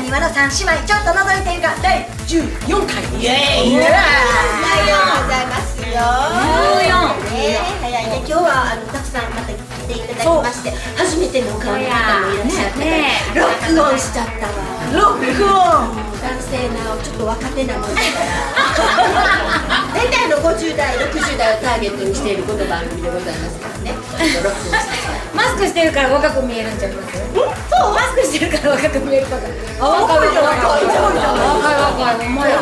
にわの三姉妹ちょっと覗いているか第14回。 イエーイ。ありがとうございますよ。早いね。今日はたくさんまた来ていただきまして、初めてのお顔の方もいらっしゃってロックオンしちゃったわ。 ロックオン。 男性なちょっと若手なもんだから大体50代60代をターゲットにしているこの番組でございますからね。ロックオンしてマスクしてるから若く見えるんちゃいます？ そう、 マスクしてるから若く見えるから。 若いじゃん、若いじゃん。 若い、ほんまや。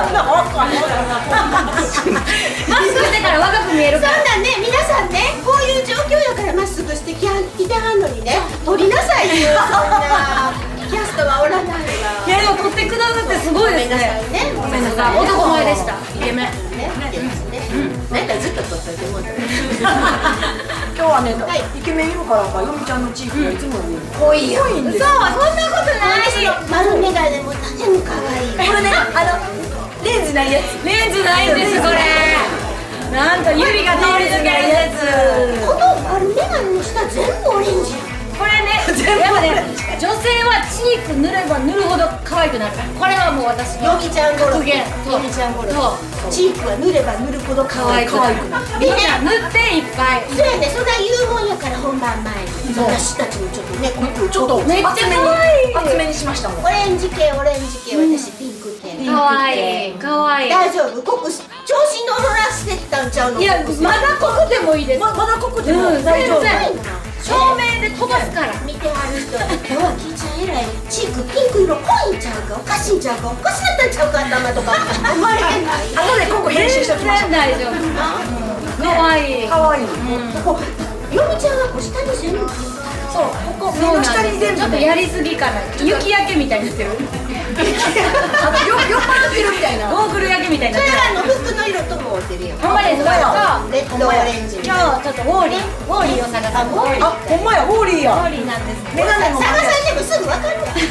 マスクしてから若く見えるから。 そんなんね、皆さんね、こういう状況やからまっすぐしてきてはんのにね、撮りなさいよ、そんなキャストはおらないわ。 いやでも撮ってくださってすごいですね。 ごめんなさい。 男前でした。イケメン。 なんかずっと撮っといてもらって。 今日はね、イケメンいるからか、よみちゃんのチークがいつもより濃いんです。 そう、そんなことないし。 丸眼鏡も何も可愛い。 これね、レンズないやつ。 レンズないんですこれ。なんと指が通り過ぎるやつ。 この丸眼鏡の下全部オレンジ。 これね、やっぱね、女性はチーク塗れば塗るほど可愛くなる。これはもう私のヨミちゃん頃。 格言。 ヨミちゃん頃。チークは塗れば塗るほど可愛くなる。 みんな塗っていっぱい。 そうやね、そんな言うもんやから本番前に。私たちもちょっとね、 ちょっとめっちゃ可愛い。 厚めにしましたもん。 オレンジ系、私ピンク系。 可愛い、可愛い。 大丈夫？濃く調子乗らせてたんちゃうの？ いや、まだ濃くてもいいです。 まだ濃くても大丈夫。 照明で飛ばすから。 見てはる人、今日はキーちゃんえらいチークピンク色濃いんちゃうか、おかしいんちゃうか、おかしなったんちゃうか頭とか思われへんない。 後で今後編集しておきましょう。 大丈夫。可愛い。 可愛い。 ここヨミちゃんがこう下に全部そう、ここ目の下に全部ちょっとやりすぎかな。雪焼けみたいになってる。 酔っ払ってるみたいな。 ゴーグル焼けみたいになそれってる。 服の色とも合ってるよ。 ほんまです。 レッドオレンジ。 今日ちょっとウォーリーを探す。 あ、ほんまや、ウォーリーや。 ウォーリーなんです。 メガネも探さんでもすぐわかるわ。ヨミち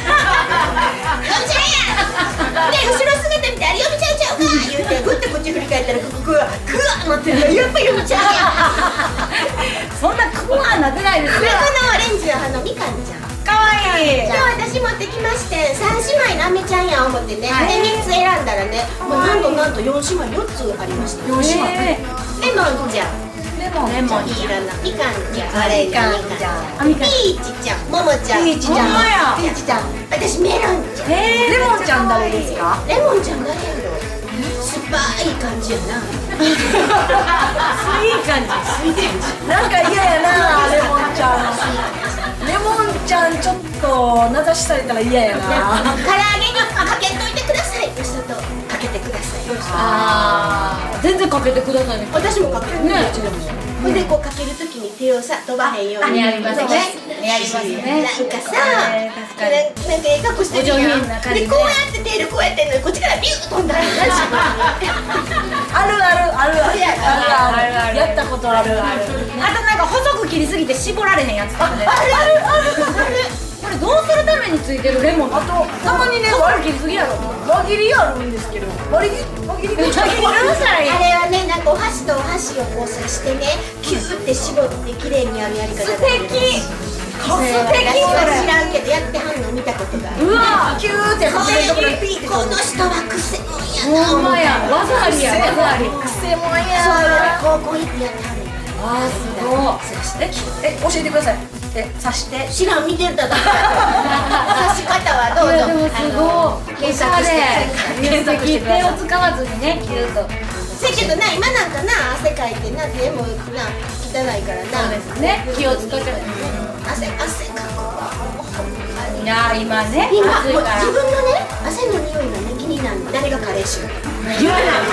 ゃんや。ね、後ろ姿見てあれヨミちゃんちゃうか言うて、ふってこっち振り返ったらここグワなってる。やっぱヨミちゃんや。 そんなクワーなってないですよ。 このオレンジはみかんちゃん。 可愛い。 今日私持ってきまして三姉妹のあめちゃんや思ってね、これ3つ選んだらね、もうなんと4姉妹4つありました。4姉妹。レモンちゃん、 レモン。 いい色のみかんちゃん、オレンジみかん。 みかん。 ピーチちゃん、ももちゃん。 ピーチちゃん。 ほんまや。 ピーチちゃん。 私メロンちゃん。 レモンちゃん誰ですか？ レモンちゃん誰やろ。酸っぱい感じやな。 いい感じ。 なんか嫌やな、レモンちゃん。レモンちゃんちょっと名指しされたら嫌やな。 唐揚げにかけといてください。おっしゃるとかけてください。 全然かけてくださいね。 私もかける。 ね。 ほんでこうかけるときに手をさ飛ばへんように。 やりますね。やりますね。 なんかさ、なんかええ格好してるやん。でこうやって手でこうやってんのにこっちからビューッと飛んだらあるやったことある。 あとなんか細く切りすぎて絞られへんやつとかね。 ある。 これどうするためについてるレモン？ あとたまにね、 細く切りすぎやろ。 輪切りあるんですけど、輪切りどうしたらいい？ あれはね、なんかお箸とお箸をこう刺してね、キューって絞って綺麗にやるやり方。 素敵。 私は知らんけどやってはんの見たことがある。 うわ。 キューって挟めるところでピーってこの人はクセもんやな。 ほんまや。技ありや。技あり。 くせもんや。 そういうの高校行ってやってはる。 あーすごい。 教えてください。刺して。 知らん、見てただけ。刺し方はどうぞ。 でもすごい。 検索して検索して手を使わずにね、切ると。 せやけどな、今なんかな、汗かいてな、手もな、汚いからな。 そうですね。気を使って。 汗かくわ。ほんまに。 いや今ね。 今、 暑いから自分のね、汗の匂いがね、気になるの。誰がカレー臭。 言うてない。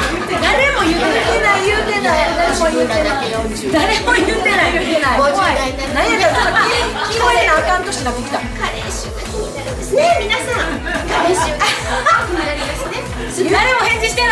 誰も言うてない。 言うてない。誰も言うてない。 誰も言うてない。 50代になる。 何やったら聞こえなあかんとしてなってきた。 カレー臭が気になるんですね、皆さん。カレー臭が気になりますね。 誰も返事してない。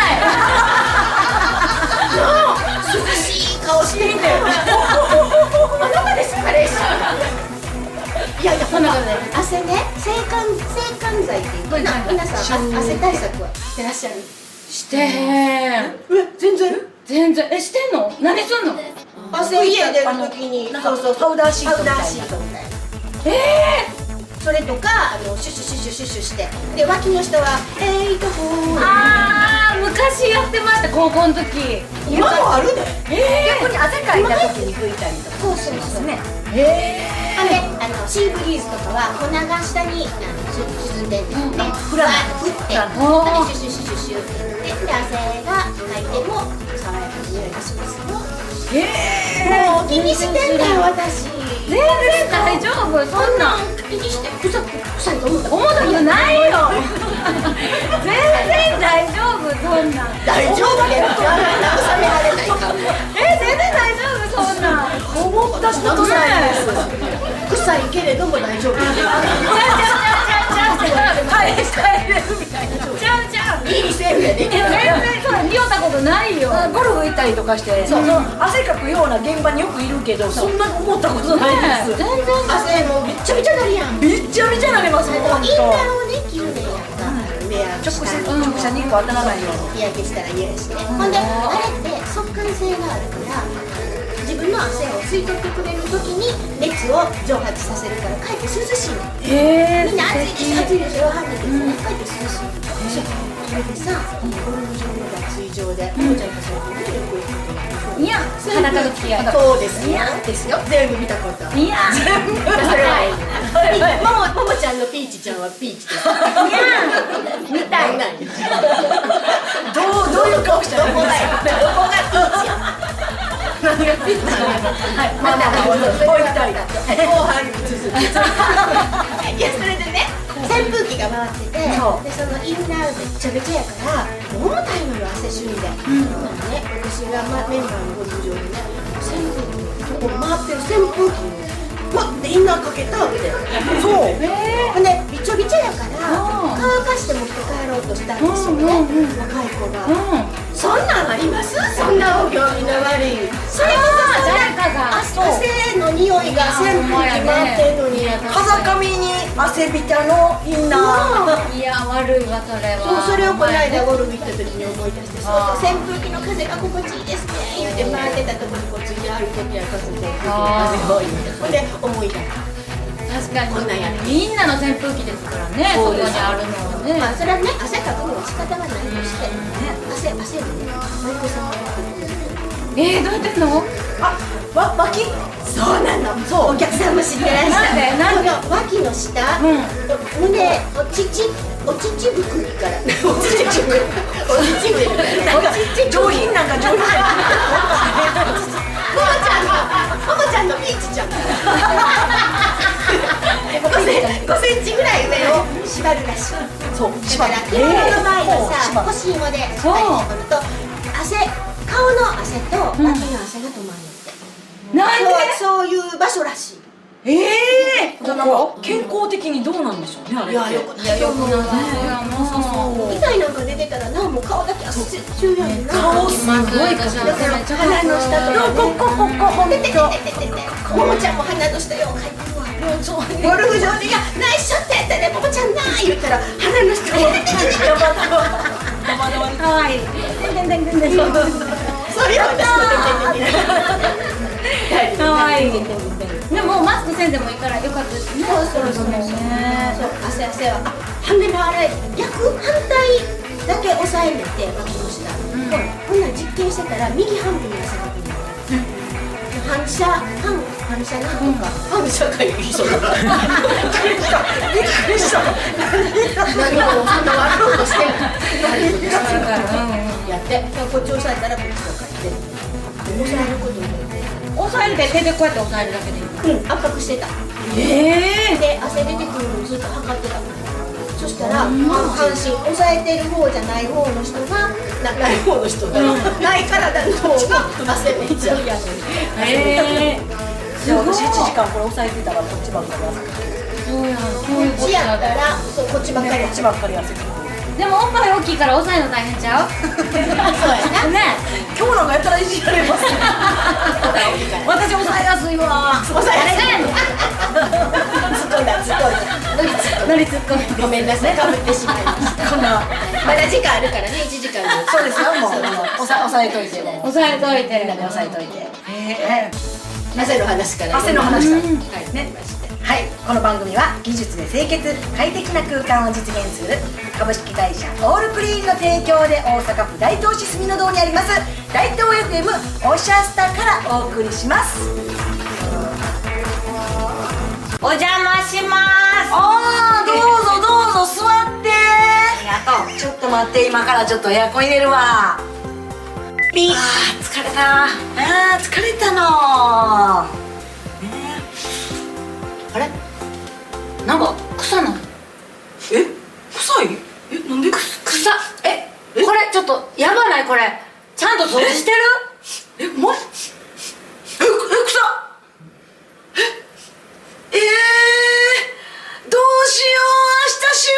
涼しい顔してみて。あなたですカレー臭。いやそんなことない。汗ね、制汗剤っていうか皆さん汗対策はしてらっしゃる？ してへん。 全然してんの？何すんの？ 汗家出るときにそうパウダーシートみたいな。 それとかシュッシュシュッシュシュッシュしてで脇の下はほーあー昔やってました高校の時。 今もあるで逆に汗かいた時に拭いたりとか。 そうそうそうね。 ほんでシーブリーズとかは粉が下に沈んでんのねフラン振ってフランでシュッシュシュッシュシュッってで汗がかいても爽やかな匂いがしますよ。もう気にしてんだよ私。 全然大丈夫。そんなん気にして臭いと思った思ったことないよ。全然大丈夫そんなん。 大丈夫や慰められないか全然大丈夫そんなん。 思ったことないです。 臭いけれども大丈夫ちゃう帰れるみたいな。ちゃういいセーフやで全然そんな匂ったことないよ。 ゴルフ行ったりとかしてその汗かくような現場によくいるけど、そんな思ったことないです。 全然汗もうめっちゃめちゃなるやん。 めっちゃめちゃなりますもん。 インナーをね着るねやんか。 直射日光当たらないように。 日焼けしたら嫌やしね。ほんであれって速乾性があるから自分の汗を吸い取ってくれる時に熱を蒸発させるからかえって涼しいの。みんな暑いでしょわかんないけどねかえって涼しいの。それでさゴルフ場で脱衣場でももちゃんとそういうのよく行くいや裸と付き合い。 そうですよですよ全部見たことある。 いや全部それはいい。ももちゃんのピーチちゃんはピーチです。見たいない。 どういう顔してるんですか。 どこがピーチや。何がピーチや。まだ置いたり。 後半に続く。いやそれでね扇風機が回っててでそのインナーべっちゃべちゃやから重たいのよ汗しゅんで。ね私がメンバーのゴルフ場にね扇風機ここ回ってる扇風機にわってインナーかけたって。 そう。 ほんでびちょびちょやから乾かして持って帰ろうとしたんですよね若い子が。そんなんあります？そんなお行儀の悪い。それこそ誰かが汗の匂いが扇風機回ってんのに風上に汗びたのインナー。 いや悪いわそれは。 それをこの間ゴルフ行った時に思い出してそう扇風機の風が心地いいですね言って回ってたとこにこっちに歩く時は風扇風機の風を言ってほんで思い出した。 確かにこんなんやるみんなの扇風機ですからね。そこにあるのはね。 まあそれはね汗かくのは仕方がないとして汗でねマイクさんがやってくれる。 どうやってんの？ 脇。 そうなの。そうお客さんも知ってらっしゃる。 なんでこの脇の下、胸お乳袋からお乳袋から上品なんか上品。 ももちゃんのピーチちゃん。5センチぐらい上を縛るらしい。 そう。 だから着物の場合はさ腰紐で縛ると顔の汗と脇の汗が止まるのって。 なんで？ そういう場所らしい。 健康的にどうなんでしょうねあれ。 いやよくないと思うわ。痛いなんか出てたらなもう顔だけ汗中やんな。 顔すごいかだから鼻の下とかほんでももちゃんも鼻の下ようかいてるわ。ゴルフ場で「いやナイスショットやったでももちゃんな」言ったら鼻の下をかわいい。 それは私の時にかわいい。でもマスクせんでもいいからよかったですね。 そう汗はほんであれ逆反対だけ押さえて脇の下ほんなら実験してたら右半分に汗かくの反射なんとか反射かいい人だったびっくりした何もそんな悪いことしてないやってこっち押さえたらこっちがかいて押さえることで押さえて手でこうやって押さえるだけでいい。 圧迫してた。で汗出てくるのをずっと測ってた。そしたら半身押さえてる方じゃない方の人がない方の人がない体の方が汗めっちゃうやん。 私1時間これ押さえてたらこっちばっかり汗かく。 そうやん。 こっちやったらそうこっちばっかりこっちばっかり汗かく。 でもおっぱい大きいから押さえるの大変ちゃう？ そうやな。 ね。 今日なんかやったらいじられます。私押さえやすいわ。 押さえやすい。突っ込んだ。 乗り突っ込み。 ごめんなさいかぶってしまいました。 こんなまだ時間あるからね1時間で。 そうですよもう押さえといてね。 押さえといて。 押さえといて。 汗の話から。 汗の話から。 はいね。 はい、この番組は技術で清潔快適な空間を実現する株式会社オールクリーンの提供で大阪府大東市住の堂にあります大東 FM オシャスタからお送りします。 お邪魔します。 どうぞどうぞ座って。ありがとう。ちょっと待って、今からちょっとエアコン入れるわ。疲れた。疲れたの。 あれ、なんか草なの。 臭い？なんで？ 草。これちょっとやばない？これちゃんと掃除してる？ 草。どうしよう、明日収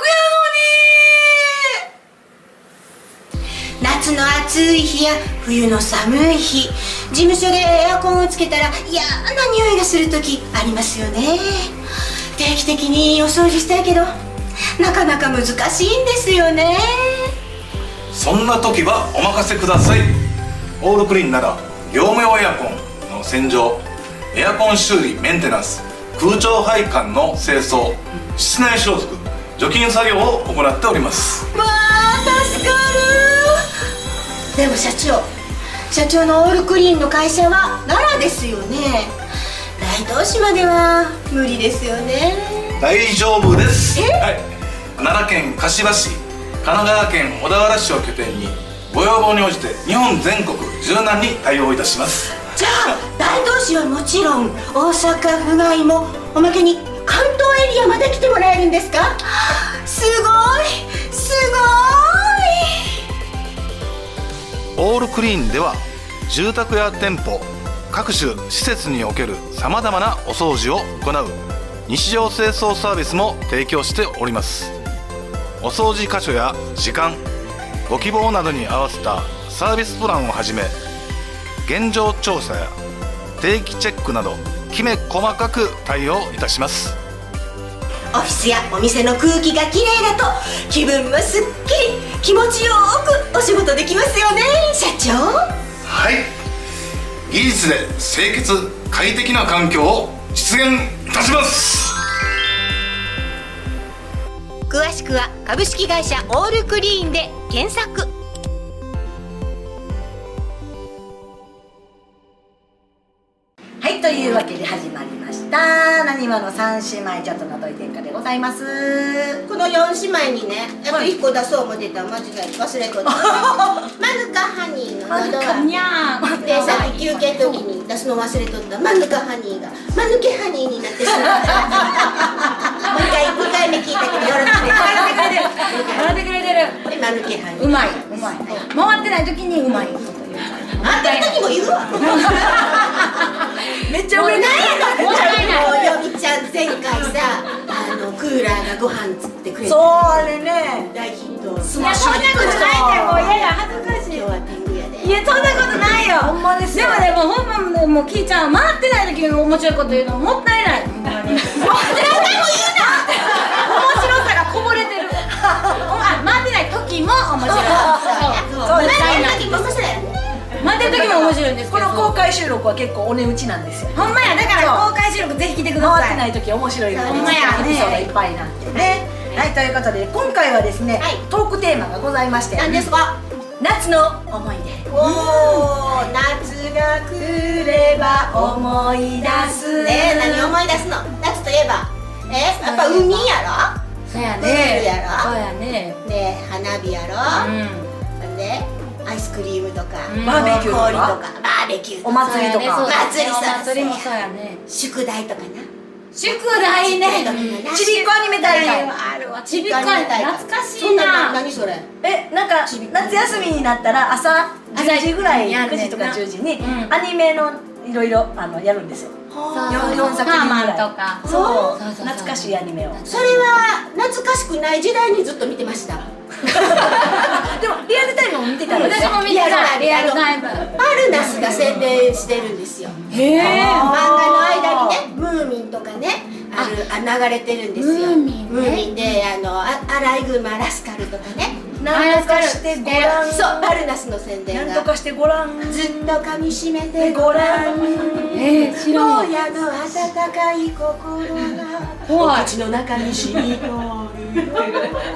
録やのに。 夏の暑い日や冬の寒い日、事務所でエアコンをつけたら嫌な匂いがする時ありますよね。定期的にお掃除したいけどなかなか難しいんですよね。 そんな時はお任せください。オールクリーンなら業務用エアコンの洗浄、エアコン修理メンテナンス、空調配管の清掃、室内消毒、除菌作業を行っております。 わあ、助かる。でも社長のオールクリーンの会社は奈良ですよね。大東市までは無理ですよね。 大丈夫です。はい、奈良県柏市、神奈川県小田原市を拠点にご要望に応じて日本全国柔軟に対応いたします。 じゃあ大東市はもちろん大阪府外もおまけに関東エリアまで来てもらえるんですか？すごいすオールクリーンでは住宅や店舗、各種施設におけるさまざまなお掃除を行う日常清掃サービスも提供しております。お掃除箇所や時間、ご希望などに合わせたサービスプランをはじめ、現状調査や定期チェックなどきめ細かく対応いたします。 オフィスやお店の空気がきれいだと気分もすっきり気持ちよくお仕事できますよね、社長。 はい、技術で清潔快適な環境を実現いたします。 詳しくは株式会社オールクリーンで検索。 はい、というわけで始まりましたなにわの三姉妹ちょっと覗いてんかでございます。 この4姉妹にね、あと1個出そうも出た間違えて忘れとったマヌカハニーの喉がにゃーで、さっき休憩の時に出すの忘れとったマヌカハニーがマヌケハニーになってしまったもう2回目聞いたけど笑ってくれてるマヌケハニーうまい回ってない時にうまいこと言う。 回ってる時も言うわめっちゃ売れないもうよみちゃん前回さクーラーがご飯作ってくれて、 そうあれね、 大ヒット。 スマッシュそんなことないってもう嫌や恥ずかしい。 今日は天狗やで。 いやそんなことないよ。 ほんまですよ。 でもね、もうほんまもうキーちゃん回ってない時に面白いこと言うのもったいない。ほんまに。回ってない時も言うな。面白さがこぼれてる。回ってない時も面白い。 そうです。 回ってる時も面白いんですけど。 この公開収録は結構お値打ちなんですよ。 ほんまや、だから公開収録ぜひ来てください。 回ってない時面白いので、 ほんまやエピソードいっぱいなんでね。はい、ということで今回はですね、トークテーマがございまして、 何ですか？ 夏の思い出。 おー、夏が来れば思い出す。 ね、何思い出すの？夏といえばやっぱ海やろ？ そうやプールね。 やろ？ そうやね。 で、花火やろ？で、アイスクリームとかバーベキューとか氷とかバーベキューとかお祭りとか。 お祭りもお祭りそうやね。 宿題とかな。 宿題ね。 ちびっこアニメ大会。 あるわ。ちびっこアニメ懐かしいそんなな。 何それ？ なんか夏休みになったら朝10時ぐらい、9時とか10時にアニメのいろいろやるんですよ。4作品ぐらいとか。 そう、懐かしいアニメを。 それは懐かしくない時代にずっと見てました。 でもリアルタイムも見てたんですよ。 私も見てた。リアルタイム。 パルナスが宣伝してるんですよ。 へえ。 漫画の間にね、ムーミンとかね、流れてるんですよ。 ムーミンねムーミンでアライグマラスカルとかね、 なんとかしてごらん。 そうバルナスの宣伝がなんとかしてごらん。 ずっと噛みしめてごらん。 知らん。 親の温かい心が怖い。 口の中に染み通る怖い。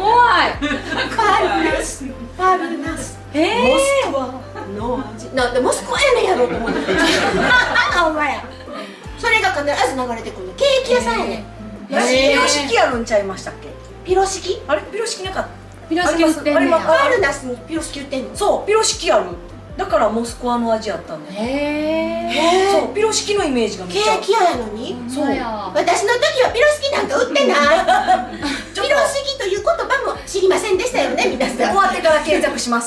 バルナスモスクワの味なんでモスクワやねんやろうと思ってお前や。 それが必ず流れてくるのケーキ屋さんやねんピロシキあるんちゃいましたっけ？ ピロシキあれピロシキなかった？ ピロシキ売ってんねや。 バルナスにピロシキ売ってんのそうピロシキある。だからモスクワの味やったんだよ。そうピロシキのイメージがめっちゃ。 ケーキ屋やのにそうや。 私の時はピロシキなんか売ってないピロシキという言葉も知りませんでしたよね皆さん終わってから検索します。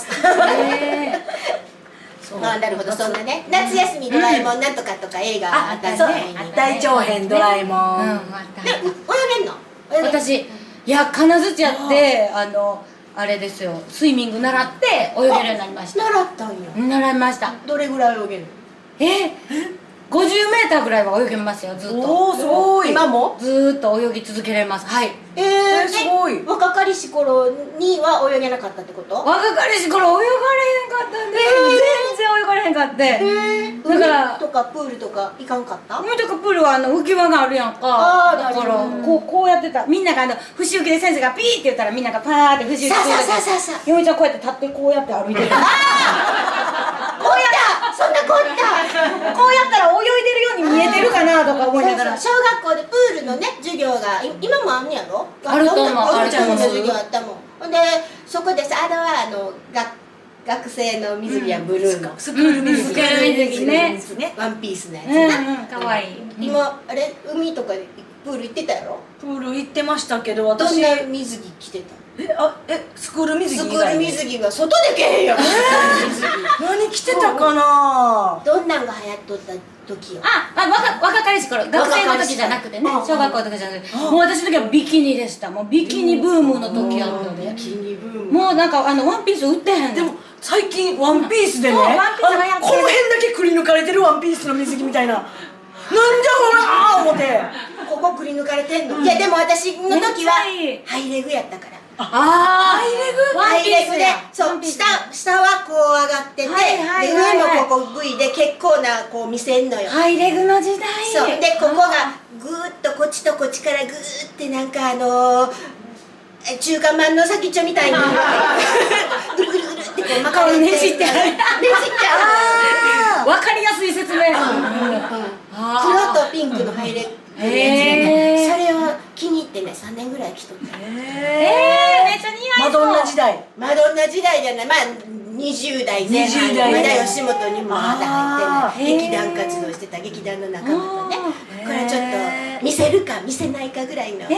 あなるほどそんなね夏休みドラえもんなんとかとか映画あったそうね大長編ドラえもん。 で泳げんの私いや金槌やってあれですよスイミング習って泳げるようになりました習ったんや習いました。 どれぐらい泳げるの 50mぐらいは泳げますよずっと。 おおすごい。 今もずーっと泳ぎ続けられます。はい。 すごい。 若かりし頃には泳げなかったってこと若かりし頃泳がれへんかったね。全然泳がれへんかって。だから海とかプールとか行かんかった海とかプールは浮き輪があるやんか。だからこうやってた。みんなが節浮きで先生がピーって言ったらみんながパーって節浮きしてさヨミちゃんこうやって立ってこうやって歩いてる。 こうやったそんなこったこうやったら泳いでるように見えてるかなとか思いながら。 小学校でプールのね授業が今もあんねやろあると思うあると思う授業あったもんほんでそこでさ学生の水着はブルーのスクール水着。 スクール水着ね。 ワンピースのやつなかわいい。 今あれ海とかプール行ってたやろプール行ってましたけどど私。 んな水着着てたスクール水着スク以外に。 ール水着は外でけへんやん水着何着てたかな。 どんなんが流行っとった時よ若かりし頃学生の時じゃなくてね小学校の時じゃなくてもう私の時はビキニでした。もうビキニブームの時やったで。 ビキニブームもうなんかワンピース売ってへんねん。 でも最近ワンピースでね、 そうワンピース流行ってるこの辺だけくり抜かれてるワンピースの水着みたいな。なんじゃほらー思って。 ここくり抜かれてんのいやでも私の時はめっちゃいいハイレグやったからハイレグでそう下はこう上がっててで上もここ V で結構なこう見せんのよハイレグの時代。 そうでここがぐーっとこっちとこっちからぐーってなんか中華まんの先っちょみたいにぐるぐるぐるってこう巻かれてねじってある。 ねじってあわかりやすい説明。 黒とピンクのハイレグそれを気に入ってね3年ぐらい着とっためっちゃ似合いそう。 マドンナ時代。 マドンナ時代じゃないまあ20代前半まだ吉本にもまだ入ってない劇団活動してた劇団の仲間とねこれちょっと見せるか見せないかぐらいの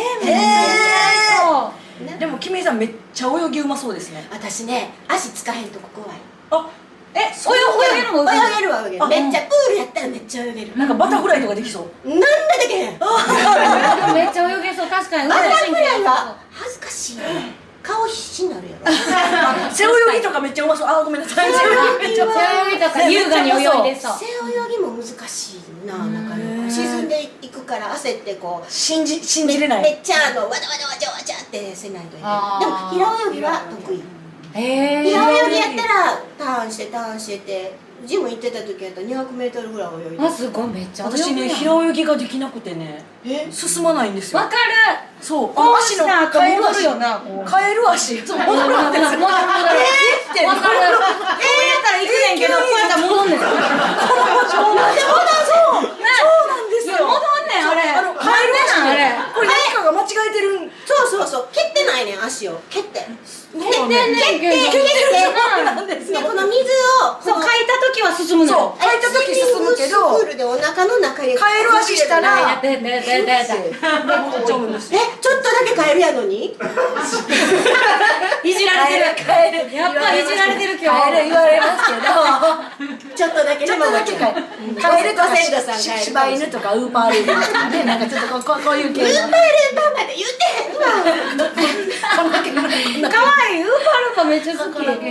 でもキミさんめっちゃ泳ぎうまそうですね。 私ね足つかへんとこ怖い泳げるの？ 泳げるわ泳げるめっちゃプールやったらめっちゃ泳げるなんかバタフライとかできそう。 なんでできへんめっちゃ泳げそう。確かにバタフライは恥ずかしい顔必死になるやろ背泳ぎとかめっちゃうまそう。あごめんなさい。 背泳ぎとか優雅に泳いでそう。 背泳ぎも難しいななかなか沈んでいくから焦ってこう信じれない。 めっちゃわちゃわちゃわちゃってせないといけないでも平泳ぎは得意平泳ぎやったらターンしててジム行ってた時やったら200mぐらい泳いですごいめっちゃ泳ぐ私ね平泳ぎができなくてね進まないんですよ。 わかる。 そうこうした後戻るよな。 カエル足戻るんですよ。 戻る。わかる。こうやったら行くねんけどこうやったら戻んねん。 そうなんですよ。 戻んねんあれ。 カエル足あれ。 これ何かが間違えてるん。 そう蹴ってないねん足を蹴って蹴ってんねんけど。 なんですよ。 でこの水をそう書いた時は進むのよ。 書いた時進むけどスクールでお腹の中にカエル足したらちょっとだけカエルやのにいじられてる。 カエルやっぱりいじられてる今日。 カエル言われますけどちょっとだけちょっとだけカエルとか柴犬とかウーパールーパーとかねなんかちょっとこういう系のウーパールーパーまで言ってへんわかわいい。ウーパールーパーめっちゃ好き。か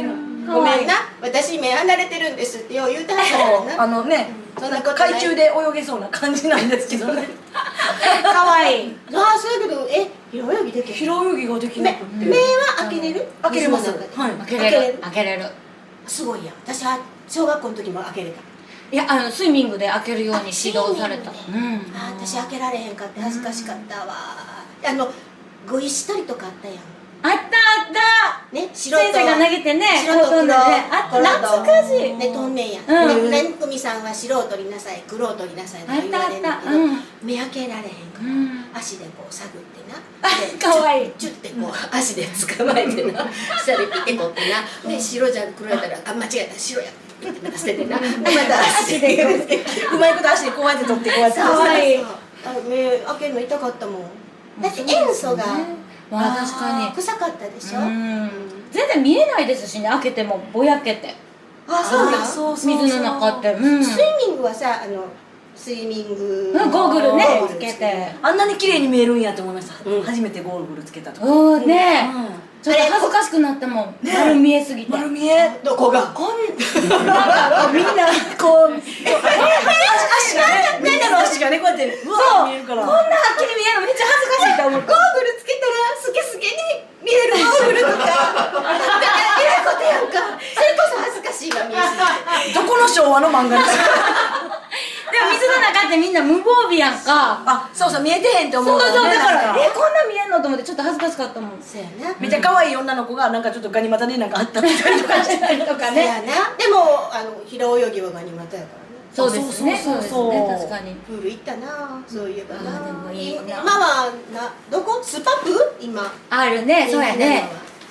ごめんな、私目離れてるんですってよう言うてはったからな。 そんな海中で泳げそうな感じなんですけどね。 可愛い。 ああ、そうやけど、平泳ぎできる。 平泳ぎができなくて。 目は開けれる？ 開けれます。 水の中ではい。 開けれる。 すごいやん。私は小学校の時も開けれた。 いや、スイミングで開けるように指導された。 私開けられへんかって恥ずかしかったわ。ご石取りとかあったやん。 あったあったね、 先生が投げてね、 白と黒、 懐かしい。 ね、飛んねんや。何組さんは白を取りなさい、黒を取りなさいとか言われるんだけど、目開けられへんから足でこう探ってな。 かわいい。 チュッてこう足で捕まえてな、下でピッてこってな。で白じゃん黒やったら間違えた白や。また捨ててな。また足でうまいこと足でこうやって取ってこうやって。 かわいい。 目開けるの痛かったもん。だって塩素が。 確かに臭かったでしょ。 全然見えないですしね、開けてもぼやけて。 あ、そうだ。 水の中って。 スイミングはさ、スイミングゴーグルねつけて、 あんなに綺麗に見えるんやと思いました。初めてゴーグルつけたとか。 ね、ちょっと恥ずかしくなっても丸見えすぎて。 丸見え。 どこが？ なんかみんなこう足がね、みんなの足がねこうやってうわ見えるから。 こんなはっきり見えるのめっちゃ恥ずかしいと思う。 ゴーグルつけたらスケスケに見えるゴーグルとか、えらいことやんか。それこそ恥ずかしいが見えすぎて。 どこの昭和の漫画ですか。 でも水の中ってみんな無防備やんか。 あ、そうそう見えてへんって思う。 そうそう、だからこんな見えんのと思ってちょっと恥ずかしかったもん。 そうやな。 めっちゃ可愛い女の子がなんかちょっとガニ股でなんかあったみたいとかしてたりとかね。 そうやな。でも平泳ぎはガニ股やからね。 そうですね、そうですね、確かに。 プール行ったな、そういえばな。 でもいいな。 今はどこ？スパプ？今あるね、そうやね。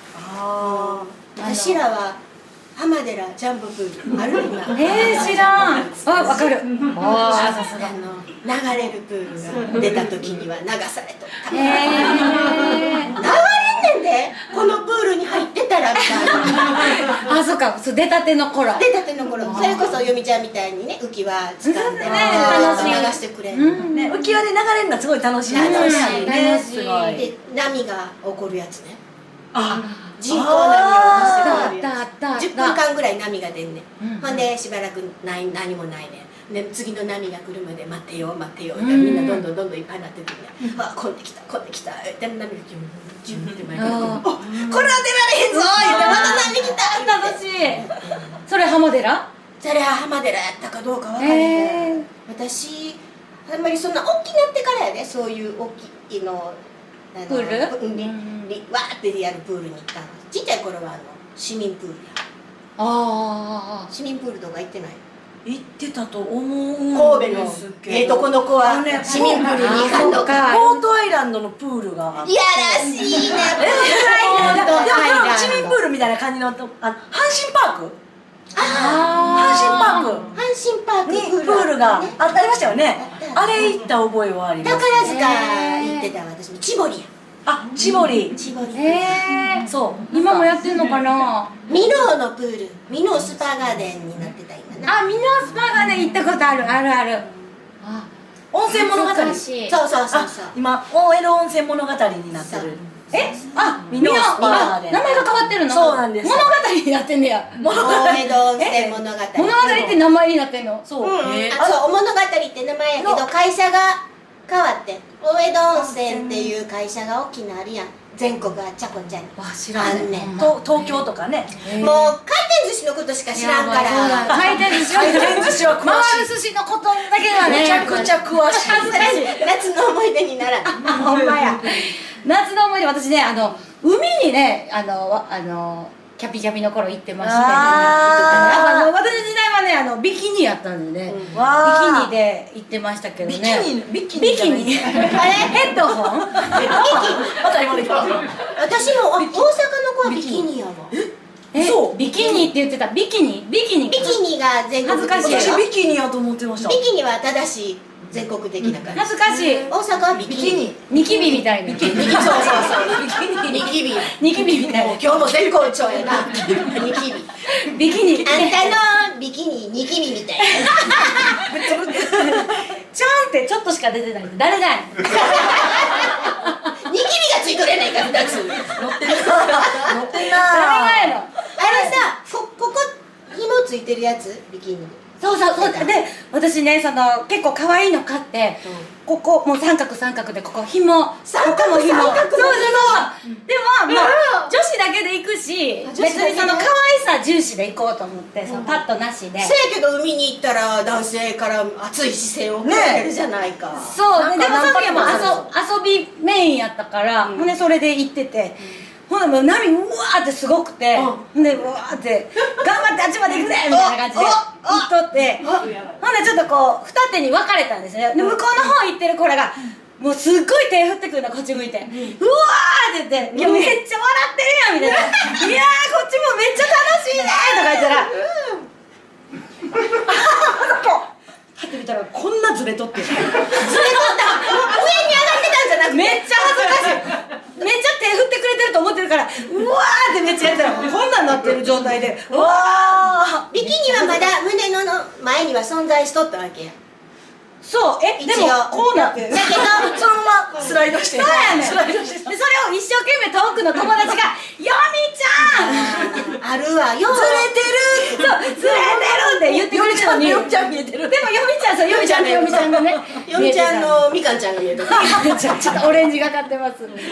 私らは浜寺ジャンボプールある今。 知らん。あ、わかる。あ、さすが。 流れるプールが出た時には流されとった。流れんねんで、このプールに入ってたらみたいな。 あ、そっか、そう出たての頃。 出たての頃、それこそよみちゃんみたいにね、浮き輪掴んで流してくれる。 浮き輪で流れるのはすごい楽しい。 楽しいね、すごい。 で波が起こるやつね。人工波を乗せてくるやつ。10分間ぐらい波が出んねん。ほんでしばらく何もないねん。で次の波が来るまで待ってよ待ってよ。みんなどんどんいっぱいになってくるね。あ、混んできた混んできた。で波がジュンって前から来る。あ、これは出られへんぞ。言ってまた波来た。 楽しい。それ浜寺？ それは浜寺やったかどうかわからへん。私あんまりそんな大きなってからやで、そういう大きいのプール？ わーってやるプールに行ったの。ちっちゃい頃は市民プールや。市民プールとか行ってない？ 行ってたと思う。 神戸のとこの子は市民プールに行かんのか。 ポートアイランドのプールがいやらしいね。 市民プールみたいな感じの阪神パーク。阪神パークにプールがありましたよね。あれ行った覚えはあります。 宝塚行ってた私も千堀や。 あ、千堀。 そう、今もやってんのかな。 ミノーのプール、ミノースパガーデンになってた今な。 あ、ミノースパガーデン行ったことある、あるある。 温泉物語。 そうそうそうそう。 今大江戸温泉物語になってる。 あ、 ミノースパガーデン。 名前が変わってるの。 そうなんです。 物語になってんねや。 大江戸温泉物語。 物語って名前になってんの。 そう。そう、物語って名前やけど会社が変わって、大江戸温泉っていう会社が大きなあるやん。全国あっちゃこっちゃにあんねん。 東京とかね。 もう回転寿司のことしか知らんから。 回転寿司は詳しい。回る寿司のことだけはね。 めちゃくちゃ詳しい。 夏の思い出にならん。ほんまや。 夏の思い出、私ね、海にね、キャピキャピの頃行ってまして、私の時代はね、ビキニやったんでね、ビキニで行ってましたけどね。ビキニヘッドホンまた今できた。 私も大阪の子はビキニやわ。 そう、ビキニって言ってた。ビキニが全国的。 私ビキニやと思ってました。 ビキニは正しい全国的な感じ。 恥ずかしい。 大阪はビキニ。 ニキビみたいな。 そうそうそう。ニキビみたいな。今日も絶好調やな。ニキビ。 ビキニ。 あんたのビキニニキビみたいな。 ちょんってちょっとしか出てない。誰だい。 ニキビがついとれないから2つ。 乗ってんな。 誰がやろ。 あれさ、フォックてるやつビキニ。 そうそうそう。で私ね、結構可愛いの買って、ここもう三角で、ここ紐、ここも紐。そうそうそう。でも女子だけで行くし、別に可愛さ重視で行こうと思って、パッとなしで。 せやけど海に行ったら男性から熱い視線を受けてるじゃないか。 そう。でもその時はもう遊びメインやったから、ほんでそれで行ってて。ほんでもう波うわーってすごくて、ほんでうわーって頑張ってあっちまで行くねみたいな感じで行っとって、ほんでちょっとこう二手に分かれたんですね。で向こうの方行ってる子らがもうすっごい手振ってくるの、こっち向いて、うわーって言って「いやめっちゃ笑ってるやん」みたいな「いやーこっちもめっちゃ楽しいね」とか言ったらはってみたらこんなずれとってずれとった上に上がってたんじゃなくてめっちゃ恥ずかしいめっちゃ手振ってくれてると思ってるからうわーってめっちゃやったらこんなんなってる状態でうわービキニはまだ胸の前には存在しとったわけや。 そうでもこうなってるだけどそのままスライドしてそうやねんでそれを一生懸命遠くの友達が「ヨミちゃんあるわよずれてる」 そう「ずれてる」って言ってくれてるのにヨミちゃん見えてる。 でもヨミちゃんそうヨミちゃんとヨミちゃんがねよみちゃんのみかんちゃんが見えてる。 ちょっとオレンジがかってます若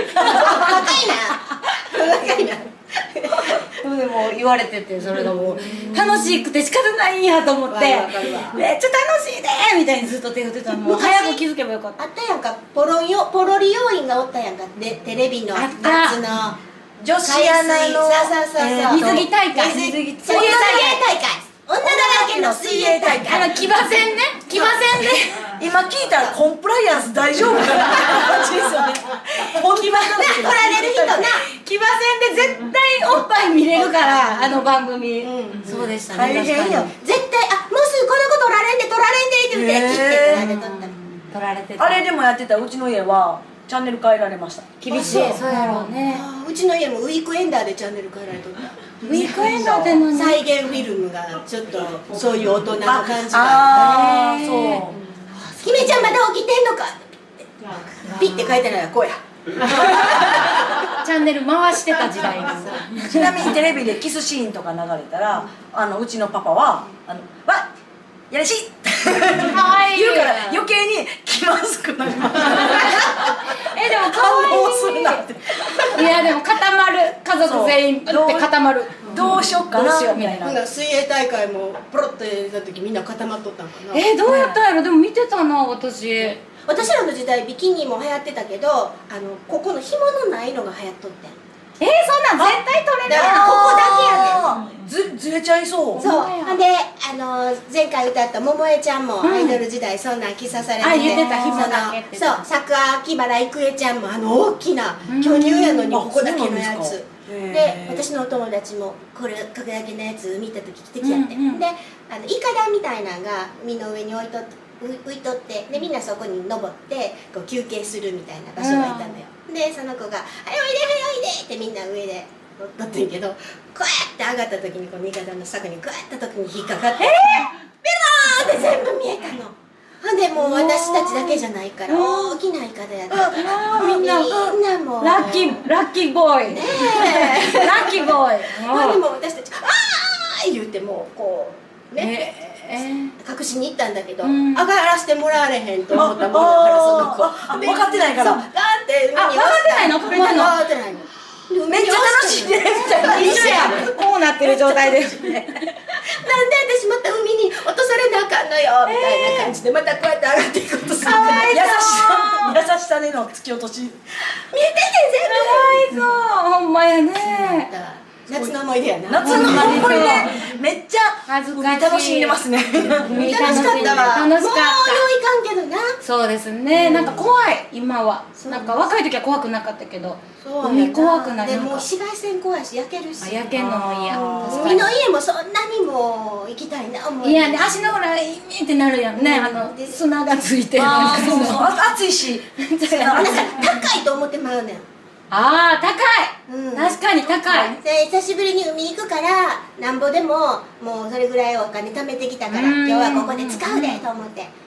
いなでも言われててそれがもう楽しくて仕方ないんやと思ってめっちゃ楽しいねみたいにずっと手振ってたのもう早く気づけばよかった。 あったやんか、ポロリ要員がおったやんか、テレビのあった夏の女子アナの水着大会水着大会女だらけの水泳大会騎馬戦ね騎馬戦で今聞いたらコンプライアンス大丈夫かな感じですよね。 取られる人な騎馬戦で絶対おっぱい見れるからあの番組そうでしたね。 大変やん。 絶対もうすぐこの子取られんでって言って切って取られてた。 あれでもやってたうちの家はチャンネル変えられました。 厳しい。そうやろうね。 うちの家もウィークエンダーでチャンネル変えられとった。 ウィークエンダーでの再現フィルムがちょっとそういう大人の感じがああそう。 姫ちゃんまだ起きてんのかピッて書いてないらこうやチャンネル回してた時代ですちなみにテレビでキスシーンとか流れたらうちのパパは「わっやらしい!」言うから余計に気まずくなります。 でも反応するなって。 いやでも固まる家族全員って固まるどうしよっかなみたいな。 水泳大会もポロッと入れた時みんな固まっとったんかな。 どうやったんやろ。でも見てたな私らの時代ビキニも流行ってたけどここの紐のないのが流行っとってそんなん絶対取れないここだけやねんずれちゃいそう。 そうほんで前回歌った桃江ちゃんもアイドル時代そんなん着さされてて言ってた紐だけってそう榊原郁恵ちゃんも大きな巨乳やのにここだけのやつで私のお友達もこれこれだけのやつ見た時着てきやってでイカダみたいなのが身の上に浮いとってでみんなそこに登ってこう休憩するみたいな場所がいたのよでその子が「はいおいではいおいで」ってみんな上で乗ってんけどこうやって上がった時にこのイカダの柵にこうやった時に引っかかってベローって全部見えたの。ほんでもう私たちだけじゃないから大きなイカダやったみんなもうラッキーボーイねえラッキーボーイでも私たち「あー!」言うてもうこうね隠しに行ったんだけど上がらせてもらわれへんと思ったもんだからその子分かってないからだって分かってないの分かってないのめっちゃ楽しいねみたいな一緒やこうなってる状態でなんで私また海に落とされなあかんのよみたいな感じでまたこうやって上がっていくことする優しさでの突き落とし見えてんねん全部かわいそうほんまやね夏の思い出やな夏の思い出めっちゃ恥ずかしい楽しんでますね楽しかったわもうよいかんけどなそうですねなんか怖い今はなんか若い時は怖くなかったけど海怖くなりでも紫外線怖いし焼けるし焼けんのも嫌海の家もそんなにも行きたいな思いやね足の裏インってなるやんね砂がついてる暑いし高いと思ってまうねん高い確かに高い久しぶりに海行くからなんぼでももうそれぐらいお金貯めてきたから今日はここで使うでと思って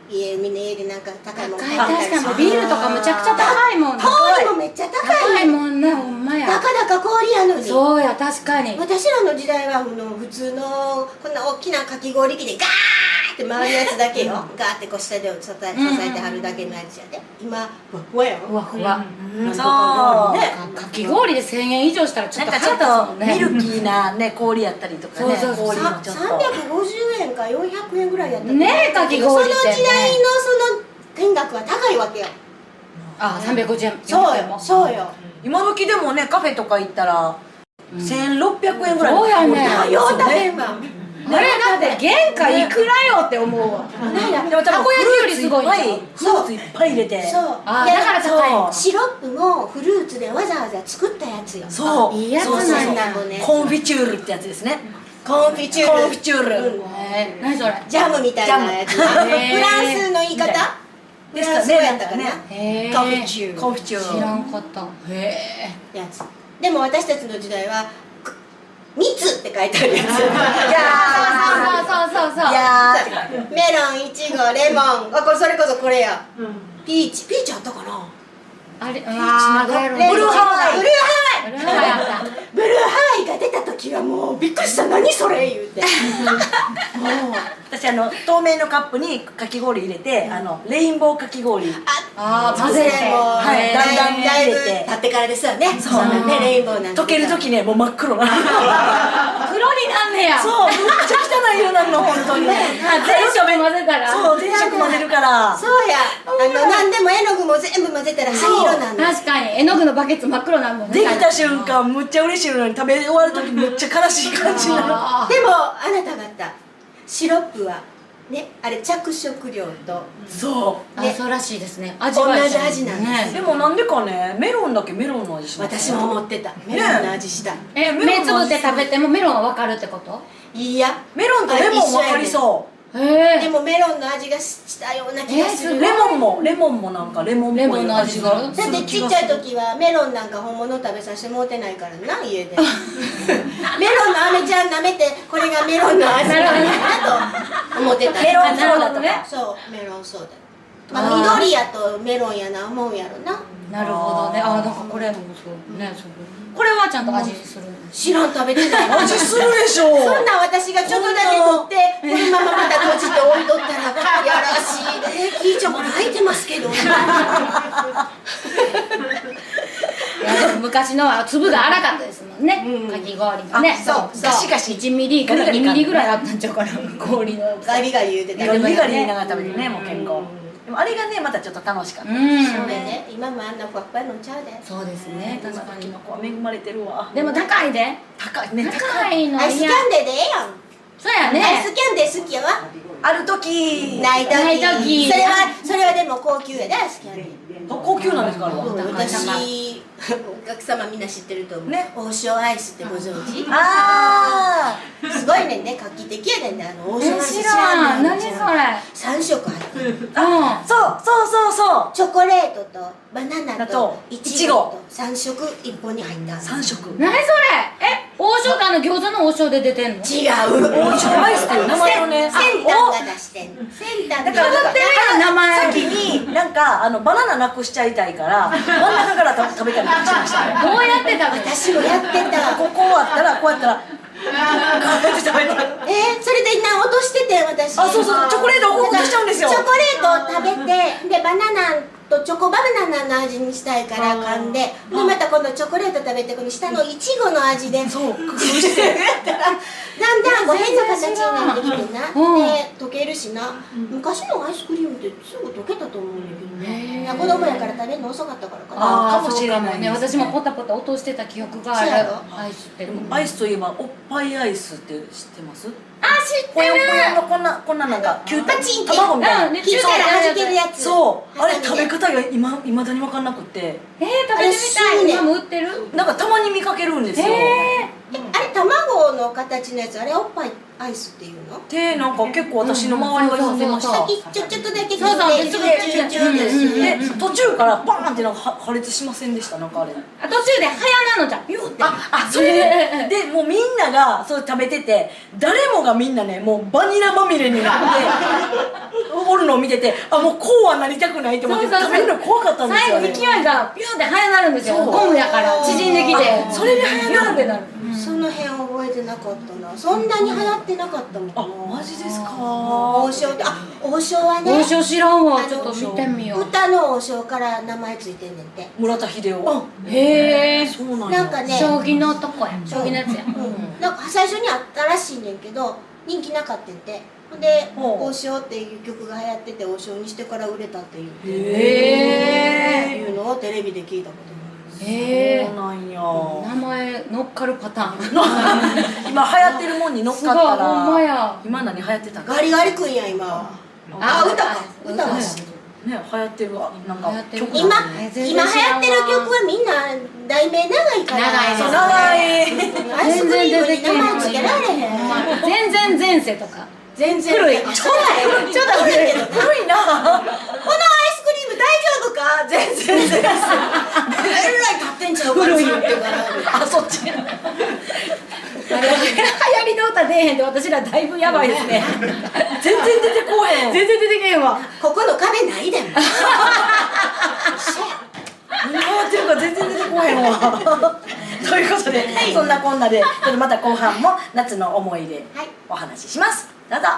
家みんな家でなんか高いもん買確ったりかにビールとかむちゃくちゃ高いもんね。 氷もめっちゃ高い高いもんね、ほんまや。 たかだか氷やのにそうや、確かに。 私らの時代は普通のこんな大きなかき氷機でガーって回るやつだけよ、ガーってこう下で支えてはるだけのやつやで、今ふわふわやろふわふわ。 そうねかき氷で1000円以上したらちょっとなんかちょっと腹立つもんね。 ミルキーなね氷やったりとかね、 そうそうそう氷もちょっと 350円か400円ぐらいやったねえかき氷ってねその時代のその金額は高いわけよ。 あ、350円。 そう 400円もよそうよ。 今時でもねカフェとか行ったら1600円ぐらいのそうやね氷ようですよ食べんわ。 これだって原価いくらよって思うわ。 でも多分たこ焼きよりすごいんちゃうフルーツいっぱい入れてそうあでだから高いそうシロップもフルーツでわざわざ作ったやつよ。 そういいやつそうそうなんだもんね。 コンフィチュールってやつですね。 コンフィチュールコンフィチュール何それ。 ジャムみたいなやつ。フジャムランスの言い方でしたね。 やったかなへえ。 コンフィチュールコンフィチュール知らんかった。へえ。 やつ。でも私たちの時代は蜜って書いてあるやつ。 いやそうそうそうそう。 ーいやーって感じメロン、イチゴ、レモン。あ、これそれこそこれや。ピーチあったかな。 あれ、あー、 レブブルーハワイブルーハワイ。 ルーハワイあった。 ブルーハワイが出た時はもうびっくりした。何それ言うて。 私透明のカップにかき氷入れてレインボーかき氷あー、混ぜて。 はいだんだんだいぶ入れて経ってからですよね。 そうなんね、レインボーなんて溶ける時ねもう真っ黒な黒になんねや。 そうめっちゃ汚い色なの本当にあ、全色混ぜたら。 そう全色混ぜるからそうや。何でも絵の具も全部混ぜたら灰色なんだ。 確かに絵の具のバケツ真っ黒なんもんね。 できた瞬間むっちゃ嬉しいのに食べ終わる時むっちゃ悲しい感じになるあでもあなた方シロップはね、あれ着色料とそーあ、そうらしいですね。 同じ味なんですうでもなんでかねメロンだけメロンの味します私も思ってた。メロンの味した。 え、目つぶって食べてもメロンはわかるってこと？ いや、 メロンとレモン分かりそへえ。 でもメロンの味がしたような気がする。 うレモンもなんかレモンっぽいレモンの味がだってちっちゃい時はメロンなんか本物食べさせてもうてないからな、家でメロンの飴ちゃん舐めてこれがメロンの味なんだと思ってた。 メロンソーダとかなるほどね。 そうメロンソーダ。まあ緑やとメロンやな思うやろな。 なるほどね。あ、なんかこれもそうね。そうこれはちゃんと味する。 知らん、食べてない。 味するでしょそんな私がちょっとだけ取ってこのまままた閉じて置いとったらやらしいね。キーチョコ入ってますけど。 いやでも昔のは粒が粗かったですもんね。かき氷もね。 そうガシガシ1ミリから2ミリぐらいあったんちゃうかな。氷の。 ガリガリ言うてた。 ガリガリ言いながら食べてねもう健康でもあれがねまたちょっと楽しかったうん。 そうね、今もあんなふわっふわのちゃうで。 そうですね。確かに今の。子は恵まれてるわでも高いで。 高いね高いのアイスキャンデーでええやん。 そうやアイね。 スキャンデー好きやわ。 ある時ないとない時それはでも高級やで、アイスキャンデー。 高級なんですかあれは私お客様みんな知ってると思うね王将アイスってご存知？ あすごいねんね、画期的やねんね、王将アイス知らん。 ね何それ。 3色入ってる。 うん。 あそうチョコレートとバナナととイチゴと3色1本に入った。 3色何それ。え、王将って餃子の王将で出てんの？ 違う。 王将アイスっていう名前のねセンターが出してんの。センターだからかぶってるやん名前。 先になんかバナナなくしちゃいたいから真ん中から食べたりとかしましたねどうやって食べた？ 私もやってた。 こうあったらこうやったらこうやって食べたそれで落としてて私。 あそうチョコレートを落としちゃうんですよチョコレートを食べてでバナナとチョコバナナの味にしたいから噛んで、でまた今度チョコレート食べてこの下のイチゴの味でそう工夫してだんだんこう変な形になってきてな、で溶けるしな、昔のアイスクリームってすぐ溶けたと思うんだけどね。いや子供やから食べるの遅かったからかな。 かもしれないね。私もポタポタ落としてた記憶がある。 そうやろアイスって。 アイスといえばおっぱいアイスって知ってますあ、知ってぽよる。 ぽよのこんななんかキューパチンって卵みたいな切ったら弾けるやつ。 そうあれハサミで食べ方がいまだに分かんなくって食べてみたい。今も売ってる？ なんかたまに見かけるんですよあれ卵のの形のやつ、あれおっぱいアイスっていうの？ でなんか結構私の周りが言ってました。 ちょっとだけそうそうチューチューですで途中からバーンってなんか破裂しませんでした？なんかあれ。 途中で早なのじゃん。ピューって。 それでもうみんながそれ食べてて、誰もがみんなねもうバニラまみれになっておるのを見てて、もうこうはなりたくないと思って食べるの怖かったんですよね。 最後勢いがピューって早なるんですよ。ゴムやから縮んできて、 それで早なるってなる。 その辺覚えてなかったな。そんなに流行ってなかったもん。 マジですか？ 王将って、王将はね、 王将知らんわ。ちょっと見てみよう。 歌の王将から名前ついてんねんて。 村田秀夫。 へえ。 そうなんなんかね、 将棋のとこや。将棋のやつや。 なんか最初にあったらしいねんけど人気なかったんて。で王将っていう曲が流行ってて、王将にしてから売れたっていういうのをテレビで聞いたことがある。 そうなんや。 名前乗っかるパターン。 今流行ってるもんに乗っかったら。 ほんまや。 今何流行ってた？ ガリガリ君や今は。歌は知ってる。 ね、流行ってるわ。なんか曲今流行ってる曲はみんな題名長いから。 長い。 アイスクリームに名前つけられへん。 全然前世とか。 全然古い。 ちょっと古いけど古いな。このアイスクリーム大丈夫か？全然えらい立ってんちゃうか？古いってからそっち。 流行りの歌出えへんで、私らだいぶやばいですね。 全然出てこへん。 全然出てけへんわ。 ここの壁ないでも。 何がやってるか全然出てこへんわ。ということで、そんなこんなでちょっとまた後半も夏の思い出お話しします。どうぞ。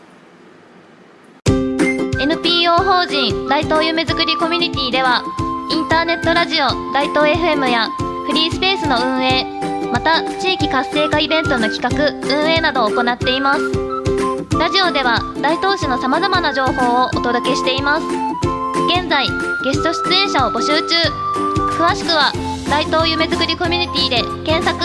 NPO 法人大東夢づくりコミュニティでは、インターネットラジオ大東 FM やフリースペースの運営、また地域活性化イベントの企画・運営などを行っています。ラジオでは大東市のさまざまな情報をお届けしています。現在ゲスト出演者を募集中。詳しくは大東夢づくりコミュニティで検索。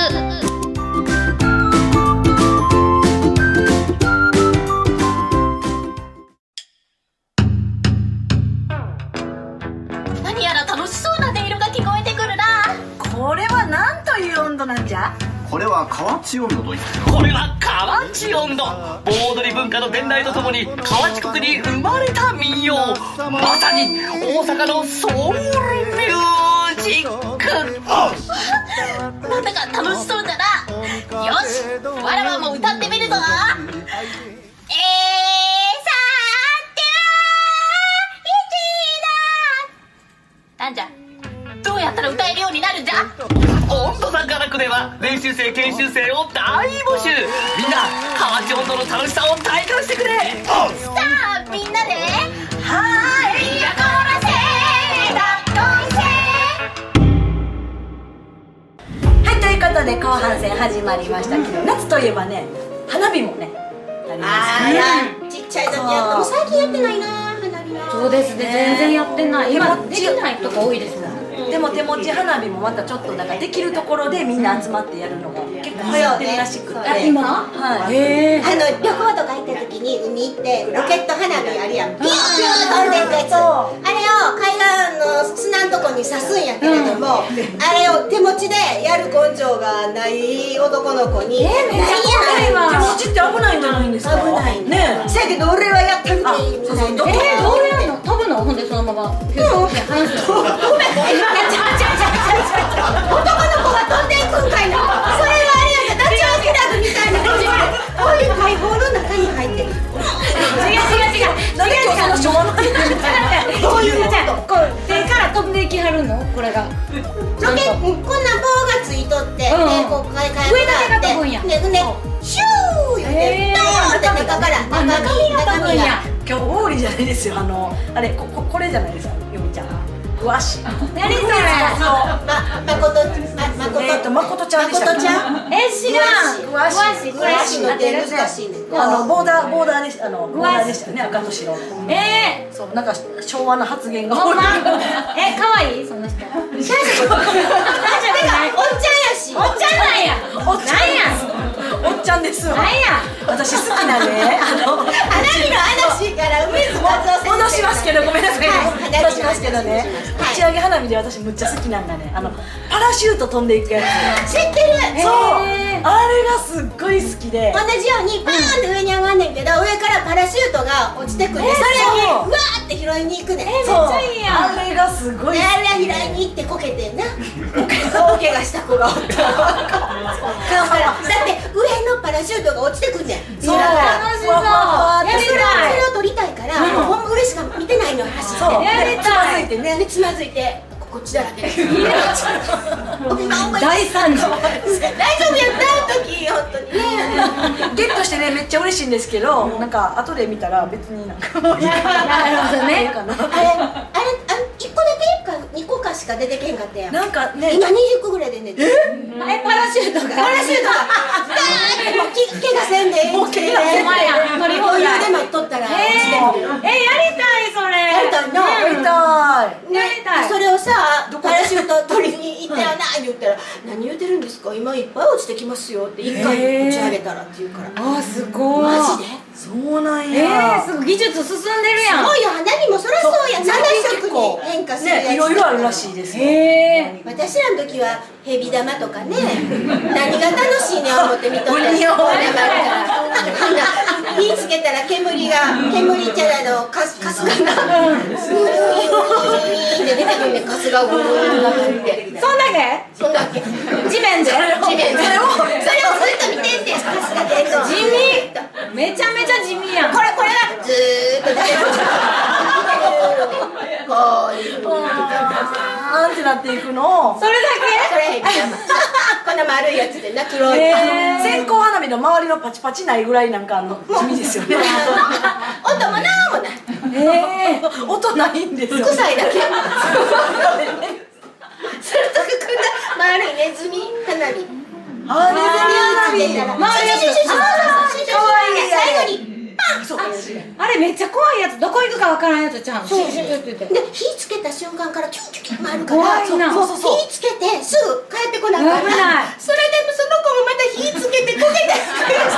何やら楽しそうな音色が聞こえてくるな。 これは何という温度なんじゃ？ これは河内温度といって、 これは河内温度。盆踊り文化の伝来とともに河内国に生まれた民謡、まさに大阪のソウルミュージック。 なんだか楽しそうだな。よし、わらわも歌ってみるぞ。なんじゃ、どうやったら歌えるようになるんじゃ？ 温度差科学では練習生研修生を大募集。みんな河内温度の楽しさを体感してくれ。 さあみんなではいやこらせだどんせ。 はい、ということで後半戦始まりましたけど、夏といえばね、花火もねありますね。 ちっちゃい時やった。もう最近やってないな、花火な。 そうですね、全然やってない。今できないとこ多いですもん。 でも手持ち花火もまたちょっとなんかできるところでみんな集まってやるのが結構流行ってるらしくて。 今？ はい。 へえ。 旅行とか行った時に海行ってロケット花火あるやん。ピューン飛んでいくやつ。あれを海岸の砂のとこに刺すんやけれども、あれを手持ちでやる根性がない男の子に。 めっちゃ怖いわ。 手持ちって危ないんじゃないんですか？ 危ないね。 せやけど俺はやったみたいみたいな。 どうやるの？飛ぶの？ほんでそのままピューって離すの？ ごめん。男の子が飛んでいくんかいな。それはあれやんか、ダチョウ倶楽部みたいな感じでこういう大砲の中に入ってる。 違う。 なんで今日そのしょうもないどういうこと？こう手から飛んでいきはるの？これがロケこんな棒がついとって、でこう上だけが飛ぶんや。 でシュー言ってドーンって中から中身が飛ぶんや。 今日オーリーじゃないですよ。あれこれじゃないですか、よみちゃん。詳しい。 何それ？ まことちゃんでしたっけ？ 知らん。詳しい。これ詳しいのって難しいね。 ボーダーでしたボーダーでしたよね、赤と白。そうなんか昭和の発言が多い。 可愛いその人。 おっちゃんやし。 おっちゃんなんや。 おっちゃんですわ。 なんや。 私好きなね、 花火の話から梅津松尾先生。 戻しますけど、ごめんなさい。戻しますけどね。 はい打ち上げ花火で私むっちゃ好きなんだね。パラシュート飛んでいくやつ。 知ってる。 そう。 あれがすっごい好きで、 同じようにバーンって上に上がんねんけど、上からパラシュートが落ちてくるんで、それにうわーって拾いに行くねん。 めっちゃいいやん。 あれがすごい好きで、 あれは拾いに行ってこけてんな。大怪我した子がおった。だって上のパラシュートが落ちてくんねん。 そう空から楽しそう。やりそれたい。 を撮りたいから、もう上しか見てないの走そうって。 やりつまたい。 ずいてね、 でつまずいてこっちだらけで大惨事。 大丈夫やった時本当にね。 ゲットしてねめっちゃ嬉しいんですけど、なんか後で見たら別になんかもういいかな、 なるほどね。 かな、 あれ1個だけか2個かしか出てけんかったやん。 なんかね、 今20個ぐらいでね。 パラシュートが。 パラシュートがダーってもう怪我せんでええもう怪我せんでお前や乗り放余裕題。 で待っとったら落ちてくるよ。 やりたいそれ。 やりたいな。 やりたい。 やりたい。 それをさ、パラシュート取りに行ったよなって言ったら「何言ってるんですか、今いっぱい落ちてきますよ」って1回打ち上げたらって言うから「 あ、すごい。 マジで?」 そうなんや。 すごい技術進んでるやん。 すごいよ、花火もそりゃそうや、7色に変化するやつね、いろいろあるらしいですよ。 私らの時はヘビ玉とかね、何が楽しいね思って見とったら火つけたら煙ちゃらのカスがなうーって出てくるね、カスがうーってそんだけ？ そんだけ地面で？ それをずっと見てんねん、カスが出るの地味。めちゃめちゃ地味やん。 これがずーっと出てくるこういうあーんってなっていくのを、 それだそれヘビ玉こんな丸いやつでな、黒い線香花火の周りのパチパチないぐらいなんか地味ですよね。 音もなんもないけ？ 音ないんですよ。 臭いだけそれとかこんな丸いネズミ花火あー、ネズミ花火。 周りやつ。 最後にパンあれめっちゃ怖いやつ。どこ行くかわからんやつちゃん。 そうシュッシュッシュッってで火つけた瞬間からキュッキュッキュッ回るから怖いな。 そうそうそう。 火つけてすぐ帰ってこなかった。 危ない。 それでもその子もまた火つけてこけて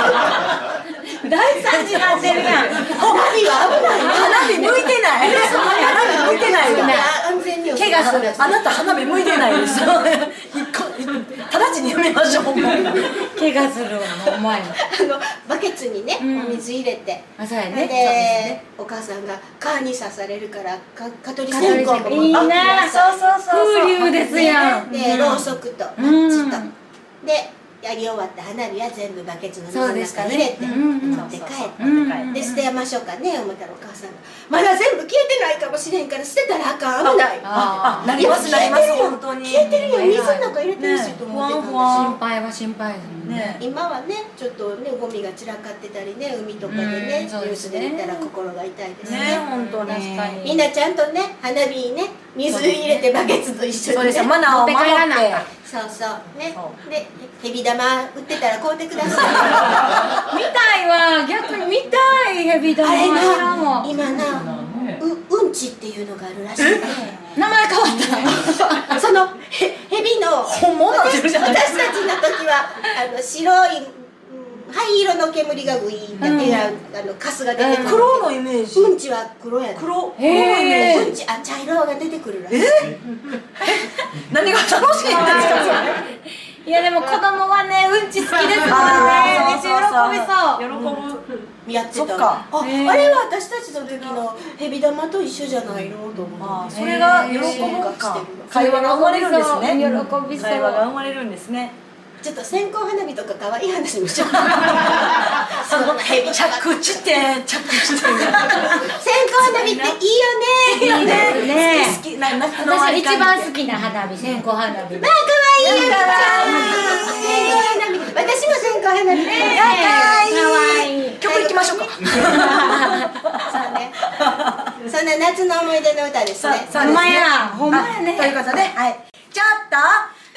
大惨事になってるやん。 花火は危ない。 花火向いてない。花火向いてないわ。 安全に怪我する。 あなた花火向いてないです。直ちにやめましょう。 怪我するわ、お前。 バケツにね、お水入れて、 あ、そうやね。 でお母さんが蚊に刺されるから蚊取り線香もいいな。 そうそうそう。 風流ですやん。 でろうそくとマッチとでやり終わった花火は全部バケツの水の中に入れて持って帰ってで捨てましょうかね思ったらお母さんがまだ全部消えてないかもしれんから捨てたらあかん危ない。 あ、なりますなります本当に。 消えてるよ、水の中入れてるしと思ってたんですよ。 心配は心配ですね。 今はねちょっとねゴミが散らかってたりね、海とかでねニュースで見たら心が痛いですね。 本当に。 確みんなちゃんとね花火にね水入れてバケツと一緒にね。 そうですよ、マナーを守って。 そうそうね。でヘビ玉売ってたら買うてください。 見たいわ、逆に見たい、ヘビ玉。 あれなも今なうんちっていうのがあるらしいね。 名前変わったそのヘビの本物なんてるじゃないですか。 私たちの時は白い灰色の煙がウィーンってカスが出てくる。 黒のイメージ。 うんちは黒やで。 黒。 へうんち茶色が出てくるらしい。 何が楽しいんですかそれ。 いやでも子供はね、うんち好きですからね。めっちゃ喜びそう。 喜ぶ。 やってた。 そっか。 あれは私たちの時のヘビ玉と一緒じゃないのと思って。 それが喜ぶか。会話が生まれるんですね。 喜びそう。 会話が生まれるんですね。 ちょっと線香花火とか可愛い話もしよう。 そのヘビ着地点。 線香花火っていいよね。 いいですね。 好きな夏の終わ私り感じ一番好きな花火、線香花火。 可愛いよ。線香花火。私も線香花火。 可愛い。 曲いきましょうか。 そうね。そんな夏の思い出の歌ですね。 ほんまや、ほんまやね。 ということで、はい。ちょっと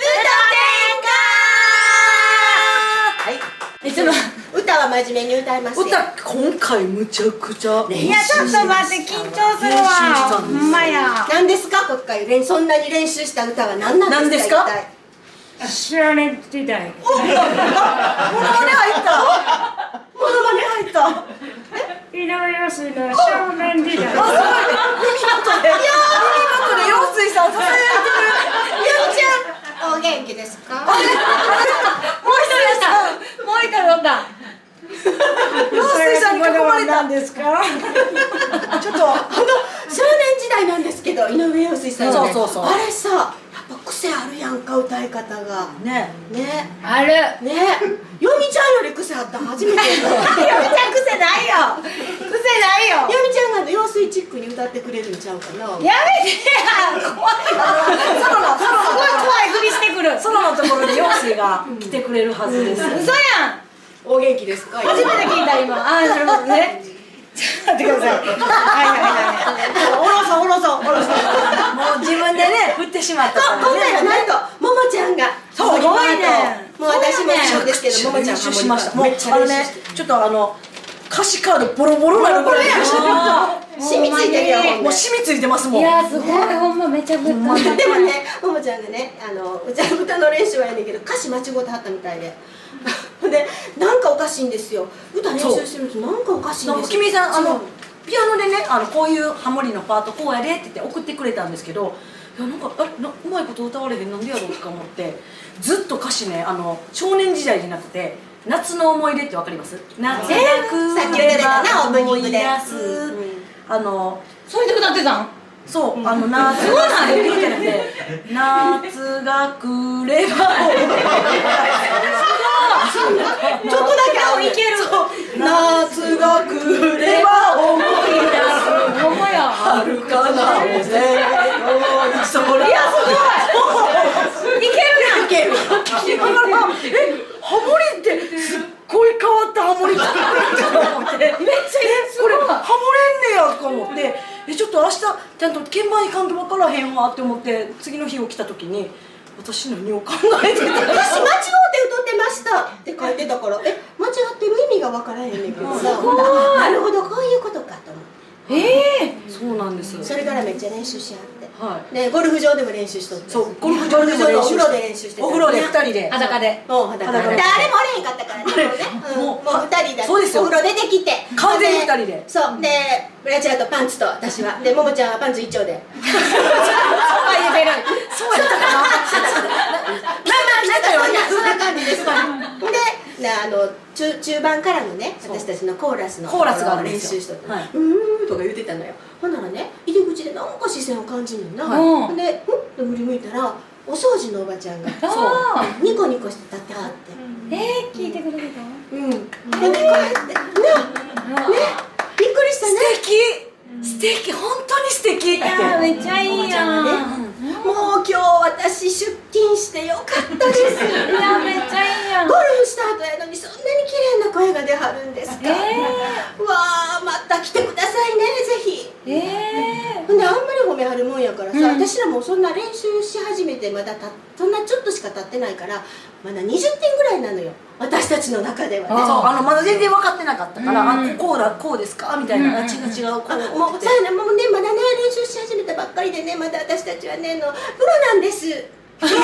いつも歌は真面目に歌いますよ。 歌今回むちゃくちゃ。 いやちょっと待って、緊張するわ。ほんまや。 何ですか今回そんなに練習した歌は何なんですか。 知らねえ時代。 モノマネ入ったモノマネ入った。 井上陽水の少年時代。 あ、すごい。耳元で陽水さん支えられてる。 ゆうちゃんお元気ですか。 もう一人さん。 なんですか。ちょっと少年時代なんですけど、井上陽水さんのね、 そうあれさ、やっぱ癖あるやんか、歌い方がねある。 ね、よみちゃんより癖あったの初めての。 よみちゃん癖ないよ。癖ないよ。 よみちゃんが陽水チックに歌ってくれるんちゃうかな。 やめてや。怖い。 ソロのすごい怖いふりしてくる。 ソロのところで陽水が来てくれるはずです。 嘘やん。 お元気ですか。 初めて聞いた今。ああ、なるほどね。ちょっと待ってください。 おろそう。 もう自分でね振ってしまったからね。 今回はなんとももちゃんがすごいね。 もう私もそうですけど、ももちゃん練習しました。もうめっちゃ練習してちょっと歌詞カードボロボロなるぐらい練習して染みついてるよ。 もう染みついてますもん。 いやすごいほんまめちゃくちゃ。 でもね、ももちゃんがね、歌の練習はやねんけど歌詞間違ってはったみたいで。で、なんかおかしいんですよ。歌練習してるとなんかおかしいんですよ。 君さんピアノでねこういうハモリのパートこうやでって言って送ってくれたんですけど、いやなんかうまいこと歌われへんなんでやろうとか思ってずっと歌詞ね少年時代じゃなくて夏の思い出ってわかります？夏が来れば思い出すそういう曲歌ってたん？ そう夏が来れば夏が来ればちょっとだけいける。 夏が来れば思い出すほんまや。 遥かな大勢の空。いやすごい。いける。ハモリってすっごい変わったハモリ作ってると思ってめっちゃこれハモれんねやと思ってちょっと明日ちゃんと鍵盤いかんと分からへんわって思って次の日起きた時に私何を考えてた。 私間違って歌ってましたって書いてたから、間違ってる意味が分からへんねんけどさ、なるほどこういうことかと思って。 そうなんです。 それからめっちゃ練習しはって、 はい、 でゴルフ場でも練習しとって、 そうゴルフ場でも練習して、 お風呂で練習してた、 お風呂で2人で裸で。 裸で誰もおれへんかったからね、もう2人でそうですよ、 お風呂出てきて完全に2人で、 そうでブラジャーとパンツと私はでももちゃんはパンツ一丁でそう言ってる。 そうやったかな。 そんな感じです。で中盤からのね、私たちのコーラスが練習しとって、うーんとか言ってたのよ。ほんならね、入り口でなんか視線を感じるんだ。で、ふっと振り向いたらお掃除のおばちゃんがニコニコして立ってはって、 聞いてくれてた？ でニコってね、びっくりしたね。 素敵、本当に素敵って。 めっちゃいいやん。 もう今日私出勤してよかったです。 いやめっちゃいいやん。 ゴルフした後やのにそんなに綺麗な声が出はるんですか。わあ、また来てくださいね、ぜひ。ほんであんまり褒めはるもんやからさ、私らもそんな練習し始めてまだそんなちょっとしか経ってないからまだ20点ぐらいなのよ、私たちの中ではね。 そうまだ全然分かってなかったから、こうですかみたいな、違うこうもうそうやね、もうねまだね練習し始めたばっかりでね、まだ私たちはねプロなんです。どっ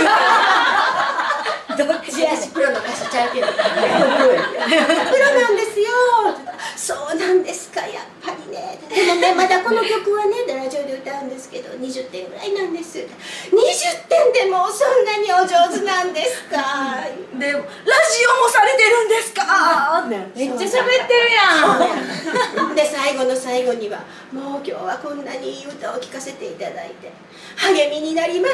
ちやしプロの歌手ちゃうけどプロなんですよ。そうなんですか、やっぱりね。でもねまだこの曲はねラジオで歌うんですけど20点ぐらいなんです。20点でもそんなにお上手なんですか。 でラジオもされてるんですか。 めっちゃ喋ってるやん。 で最後の最後にはもう今日はこんなにいい歌を聴かせていただいて励みになります。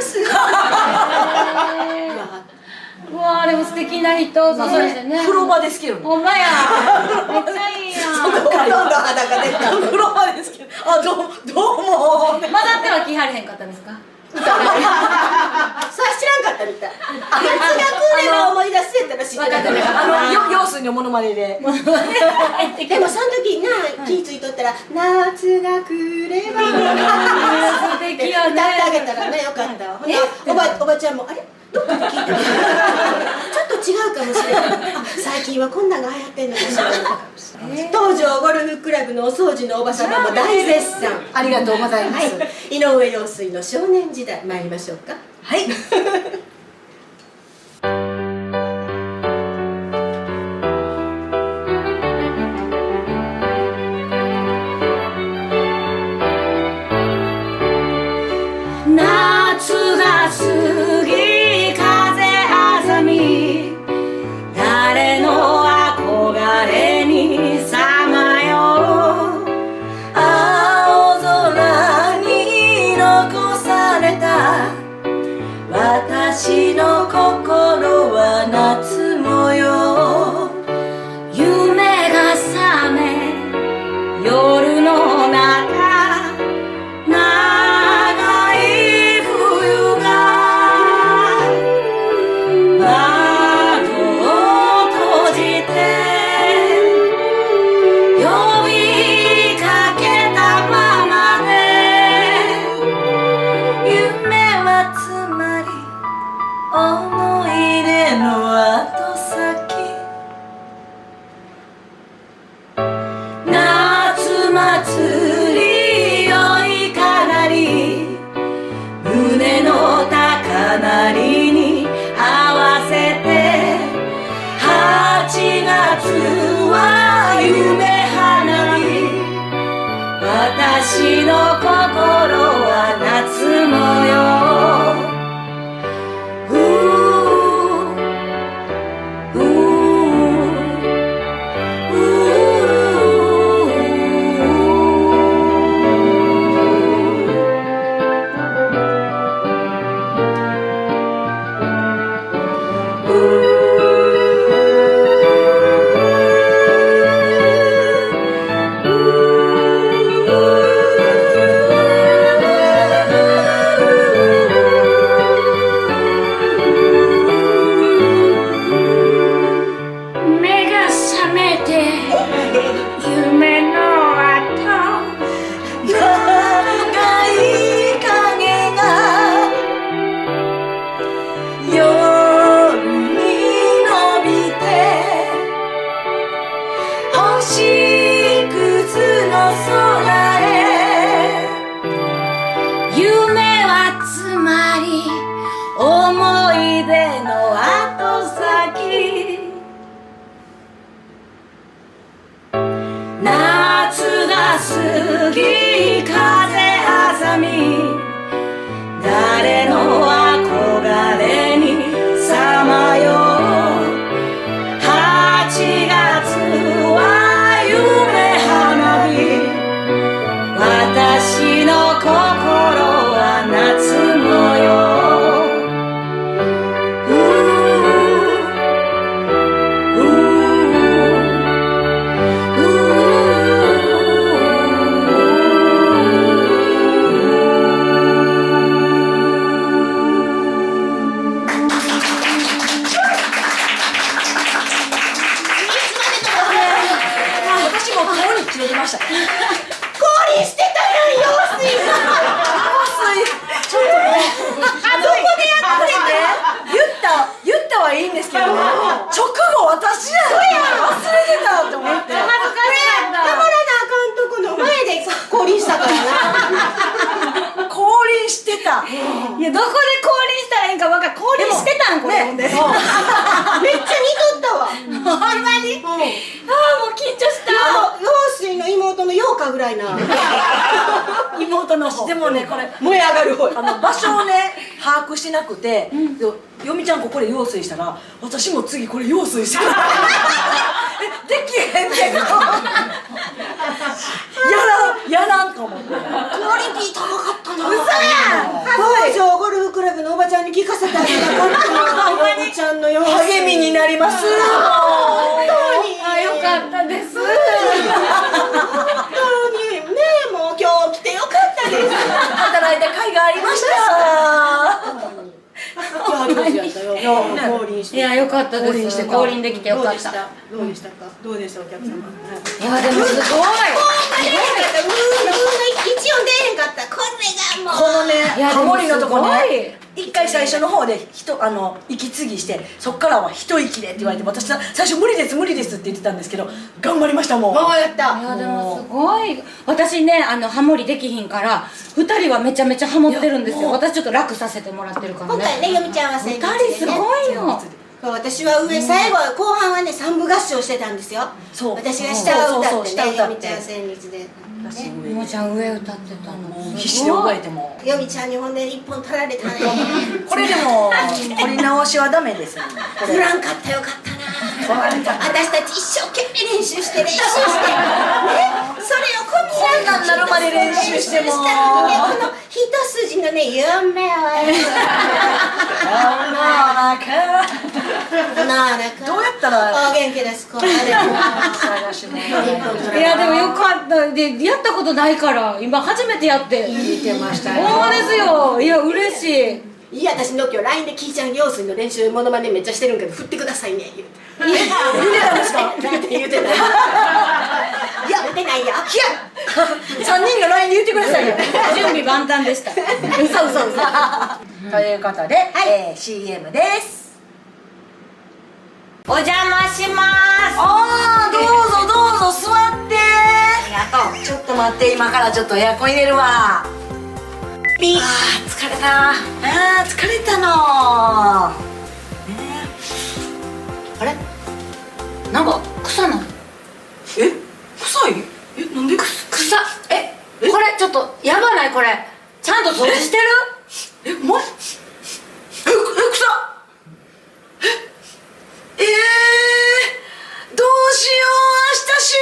うわあれも素敵な人。そうですね。 風呂場ですけどね。 ほんまや。めっちゃいいやん。 ほとんど裸で風呂場ですけど、どうも。 混ざっては来はれへんかったんですか？ それ知らんかったみたい。夏が来れば思い出すやったら知ってた。 陽水のモノマネで。 でもその時な気ぃついとったら夏が来れば素敵やね。 歌ってあげたらねよかったわ。ほんでおばちゃんもあれどっかで聞いたちょっと違うかもしれない。最近はこんなのが流行ってんのかしら。東条ゴルフクラブのお掃除のおば様も大絶賛。 ありがとうございます。 井上陽水の少年時代参りましょうか。 はい。 夏が過ぎ風あざみ誰の憧れにさまようは夢花火私の心は夏模様誰の憧れにさまよ8月は夢花火私の心は夏模様いやどこで降臨したらいいんか分かる。降臨してたんこれ、ね、めっちゃ似とったわほんまに、ああもう緊張した。陽水の妹の陽花ぐらいな妹の方でもねこれ燃え上がる方場所をね把握してなくて、よみちゃんここで陽水したら私も次これ陽水したらできへんけどやらんかもクオリティ高かったな。うそやん。ゴルフクラブのおばちゃんに聞かせたらなかったおばちゃんのよう励みになります本当に。あ、よかったです本当にね。もう今日来てよかったです働いた甲斐がありました降臨して。いや、よかったです。降臨できてよかった。どうでしたかお客様。いや、でもすごい。一音出へんかった。これがもうこのね、ハモリのとこね、一回最初の方で息継ぎして、そっからは一息でって言われて、私は最初無理です無理ですって言ってたんですけど、頑張りましたもん。やった。いや、でもすごい。私ね、ハモリできひんから2人はめちゃめちゃハモってるんですよ。私ちょっと楽させてもらってるからね。今回ね、よみちゃんは2人すごいの。私は上、最後後半はね3部合唱してたんですよ。私が下を歌ってね、よみちゃん旋律で。よみちゃん上歌ってたの必死で覚えても、よみちゃんにほんで1本取られたねこれでも取り直しはダメですね。振らんかったよかったな。私たち一生懸命練習してね、それをこんなんなるまで練習しても、この一筋のね、夢はどうやったらお元気ですか。いや、でもよかったで、やったことないから今初めてやって言ってましたよ。そうですよ。いや、嬉しい。いや、私の今日 LINE でキーちゃん陽水の練習モノマネめっちゃしてるんけど振ってくださいね言うて。言うてたんですか。言うてない。いや、言ってないよ。いや、3人が LINE で言ってくださいよ。準備万端でした。嘘。ということで、CM です。お邪魔します。どうぞ座って。ありがとう。ちょっと待って、今からちょっとエアコン入れるわ。疲れた。疲れたの。あれ、なんかく草なの。 臭い？なんで？ 草。これちょっとやばないこれ。ちゃんと掃除してる？ お前？草？どうしよう、明日収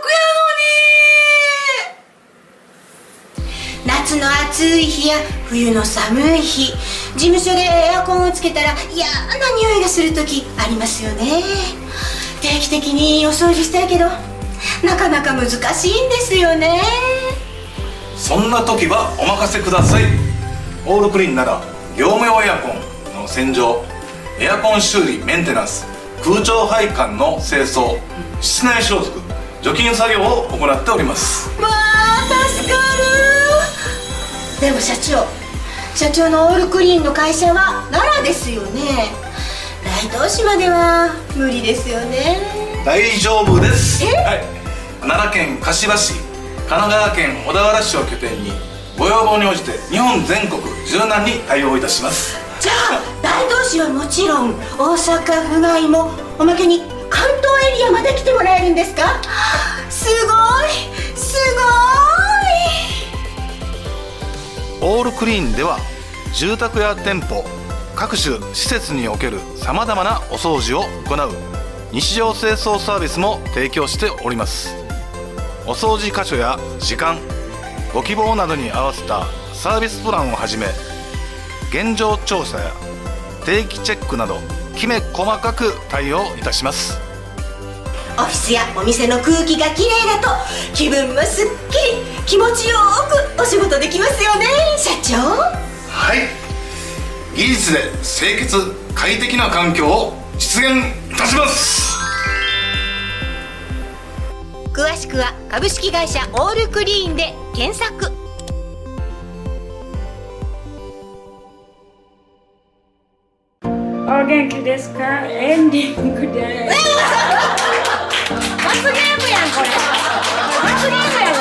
録やのに。 夏の暑い日や冬の寒い日、事務所でエアコンをつけたら嫌な匂いがする時ありますよね。定期的にお掃除したいけどなかなか難しいんですよね。 そんな時はお任せください。オールクリーンなら業務用エアコンの洗浄、エアコン修理メンテナンス、空調配管の清掃、室内消毒、除菌作業を行っております。 わあ助かる。でも社長のオールクリーンの会社は奈良ですよね。大東市までは無理ですよね。 大丈夫です。はい、奈良県柏市、神奈川県小田原市を拠点にご要望に応じて日本全国柔軟に対応いたします。 じゃあ大東市はもちろん大阪府外もおまけに関東エリアまで来てもらえるんですか？すごいすごい。オールクリーンでは住宅や店舗、各種施設におけるさまざまなお掃除を行う日常清掃サービスも提供しております。お掃除箇所や時間、ご希望などに合わせたサービスプランをはじめ、現状調査や定期チェックなどきめ細かく対応いたします。 オフィスやお店の空気がきれいだと気分もすっきり気持ちよくお仕事できますよね社長。 はい、技術で清潔快適な環境を実現いたします。 詳しくは株式会社オールクリーンで検索。 お元気ですか？エンディングで罰ゲームやんこれ。罰ゲームやろ。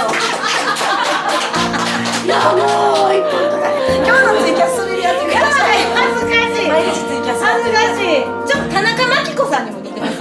いやもう一本取られて今日のツイキャス滑りやってください。 恥ずかしい。 毎日ツイキャス恥ずかしい。ちょっと田中真紀子さんにも似てます。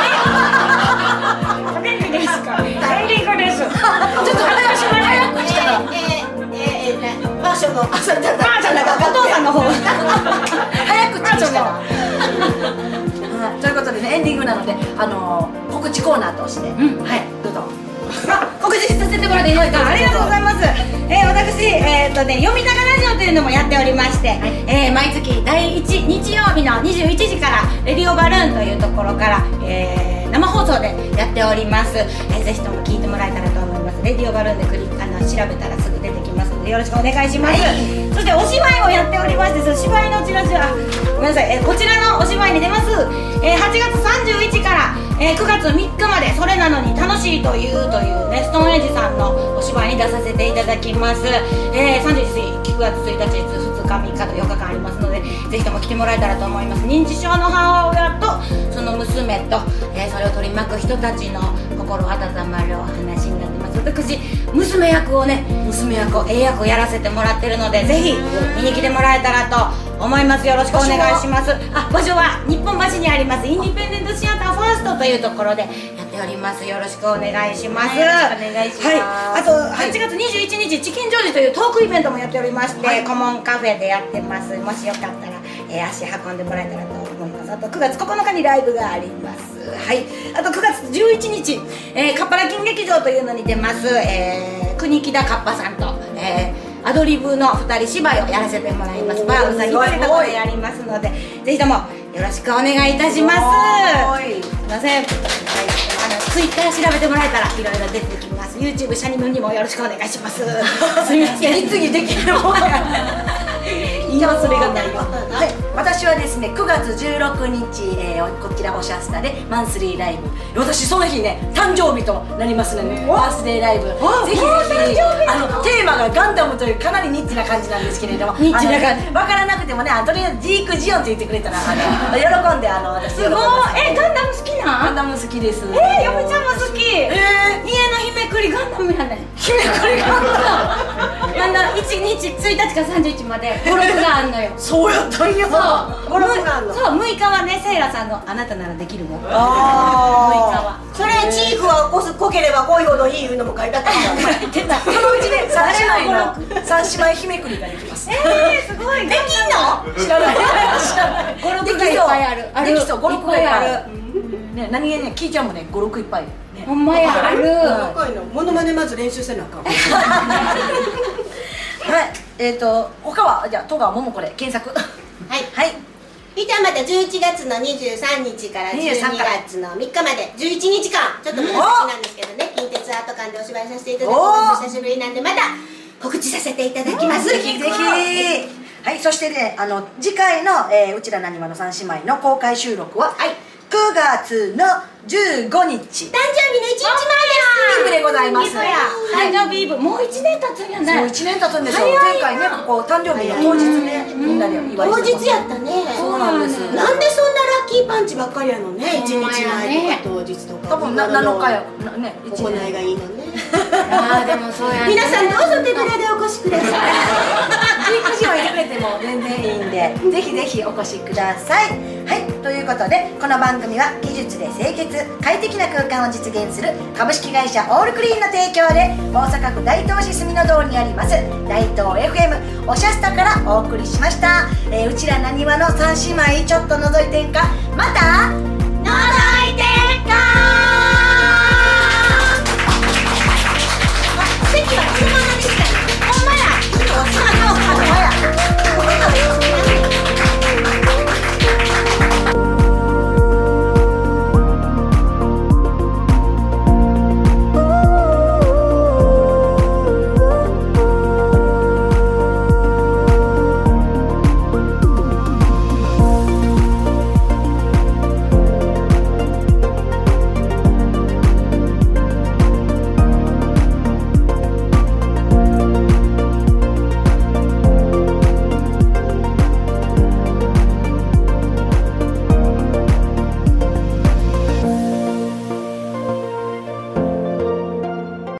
お元気ですか？エンディングです。ちょっと恥ずかしい。早く来たら。 マンションのお父さんの方。 早く来たら。ということでね、エンディングなので告知コーナーとして、はいどうぞ。 告知させてもらっていいですか？ありがとうございます。私読みながラジオというのもやっておりまして、毎月第1日曜日の21時からレディオバルーンというところから、生放送でやっております。ぜひとも聞いてもらえたらと思います。レディオバルーンで調べたらすぐ出てきますのでよろしくお願いします。そしてお芝居をやっておりまして、その芝居のチラシはごめんなさい、こちらのお芝居に出ます。8月31日から、9月3日までそれなのに楽しいというね、ストーンエイジさんのお芝居に出させていただきます。31日、9月1日、2日、3日と4日間ありますので、ぜひとも来てもらえたらと思います。認知症の母親とその娘と、それを取り巻く人たちの心温まるお話になってます。私、娘役を英役をやらせてもらってるので、ぜひ見に来てもらえたらと思います。よろしくお願いします。場所は日本橋にありますインディペンデントシアターファーストというところでやっております。よろしくお願いします。 よろしくお願いします。 あと8月21日、チキンジョージというトークイベントもやっておりまして、コモンカフェでやってます。もしよかったら、足運んでもらえたらと思います。あと9月9日にライブがあります。はい、あと9月11日、カッパラ金劇場というのに出ます、国木田カッパさんと、アドリブの2人芝居をやらせてもらいます。バーうさぎというところでやりますので、ぜひともよろしくお願いいたします。すいません、ツイッター調べてもらえたらいろいろ出てきます。 YouTube シャニムンにもよろしくお願いします。すみません、 次できるもんや今それがないわ。私はですね、9月16日、こちらおしゃスタでマンスリーライブ、私その日ね誕生日となりますので、バースデーライブ、ぜひぜひテーマがガンダムというかなりニッチな感じなんですけれども、 ニッチな感じ、 分からなくてもね、とりあえずジークジオンって言ってくれたら喜んで私すごい。ガンダム好きなん？ ガンダム好きです。 嫁ちゃんも好き。家の日めくりガンダムやねん。 日めくりガンダム 1日1日から31日まで語録があんのよ。 そうやったんや。 語録があんの。そう、6日はね、セイラさんのあなたならできるもん。6日はそれち濃ければ濃いほどいいいうのも書いてあったからそのうちね三姉妹日めくりができます。 すごい。 できんの？ 知らない知らない。 語録がいっぱいある。 できそう語録がいっぱいある。 る。 ね何気ね聞いちゃんもね語録いっぱいね。 ほんまやある。 こういうのモノマネまず練習せなあかん。 はい他はじゃあ戸川桃子で検索。 はいはい。 ひーちゃんまた11月の23日から12月の3日まで11日間ちょっと難しいなんですけどね、近鉄アート館でお芝居させていただきます。久しぶりなんでまた告知させていただきます。 ぜひぜひ。はい、そしてね次回のうちらなにわの三姉妹の公開収録は9月の15日誕生日の1日前です。 イブでございます。 誕生日イブもう1年経つんやね。 もう1年経つんですよ。前回ねここ誕生日の当日ねみんなで祝い当して日やったね。 そうなんです。 なんでそんなラッキーパンチばっかりやのね。1日前とか当日とか多分7日やね行いがいいのね。 ああでもそうやね。 皆さんどうぞ手ぶらでお越しください。 9時はいてくれても全然いいんでぜひぜひお越しください。はいということでこの番組は技術で清潔快適な空間を実現する株式会社オールクリーンの提供で大阪府大東市住の通りにあります大東 FM おしゃスタからお送りしました。うちらなにわの三姉妹ちょっと覗いてんかまた覗いてんか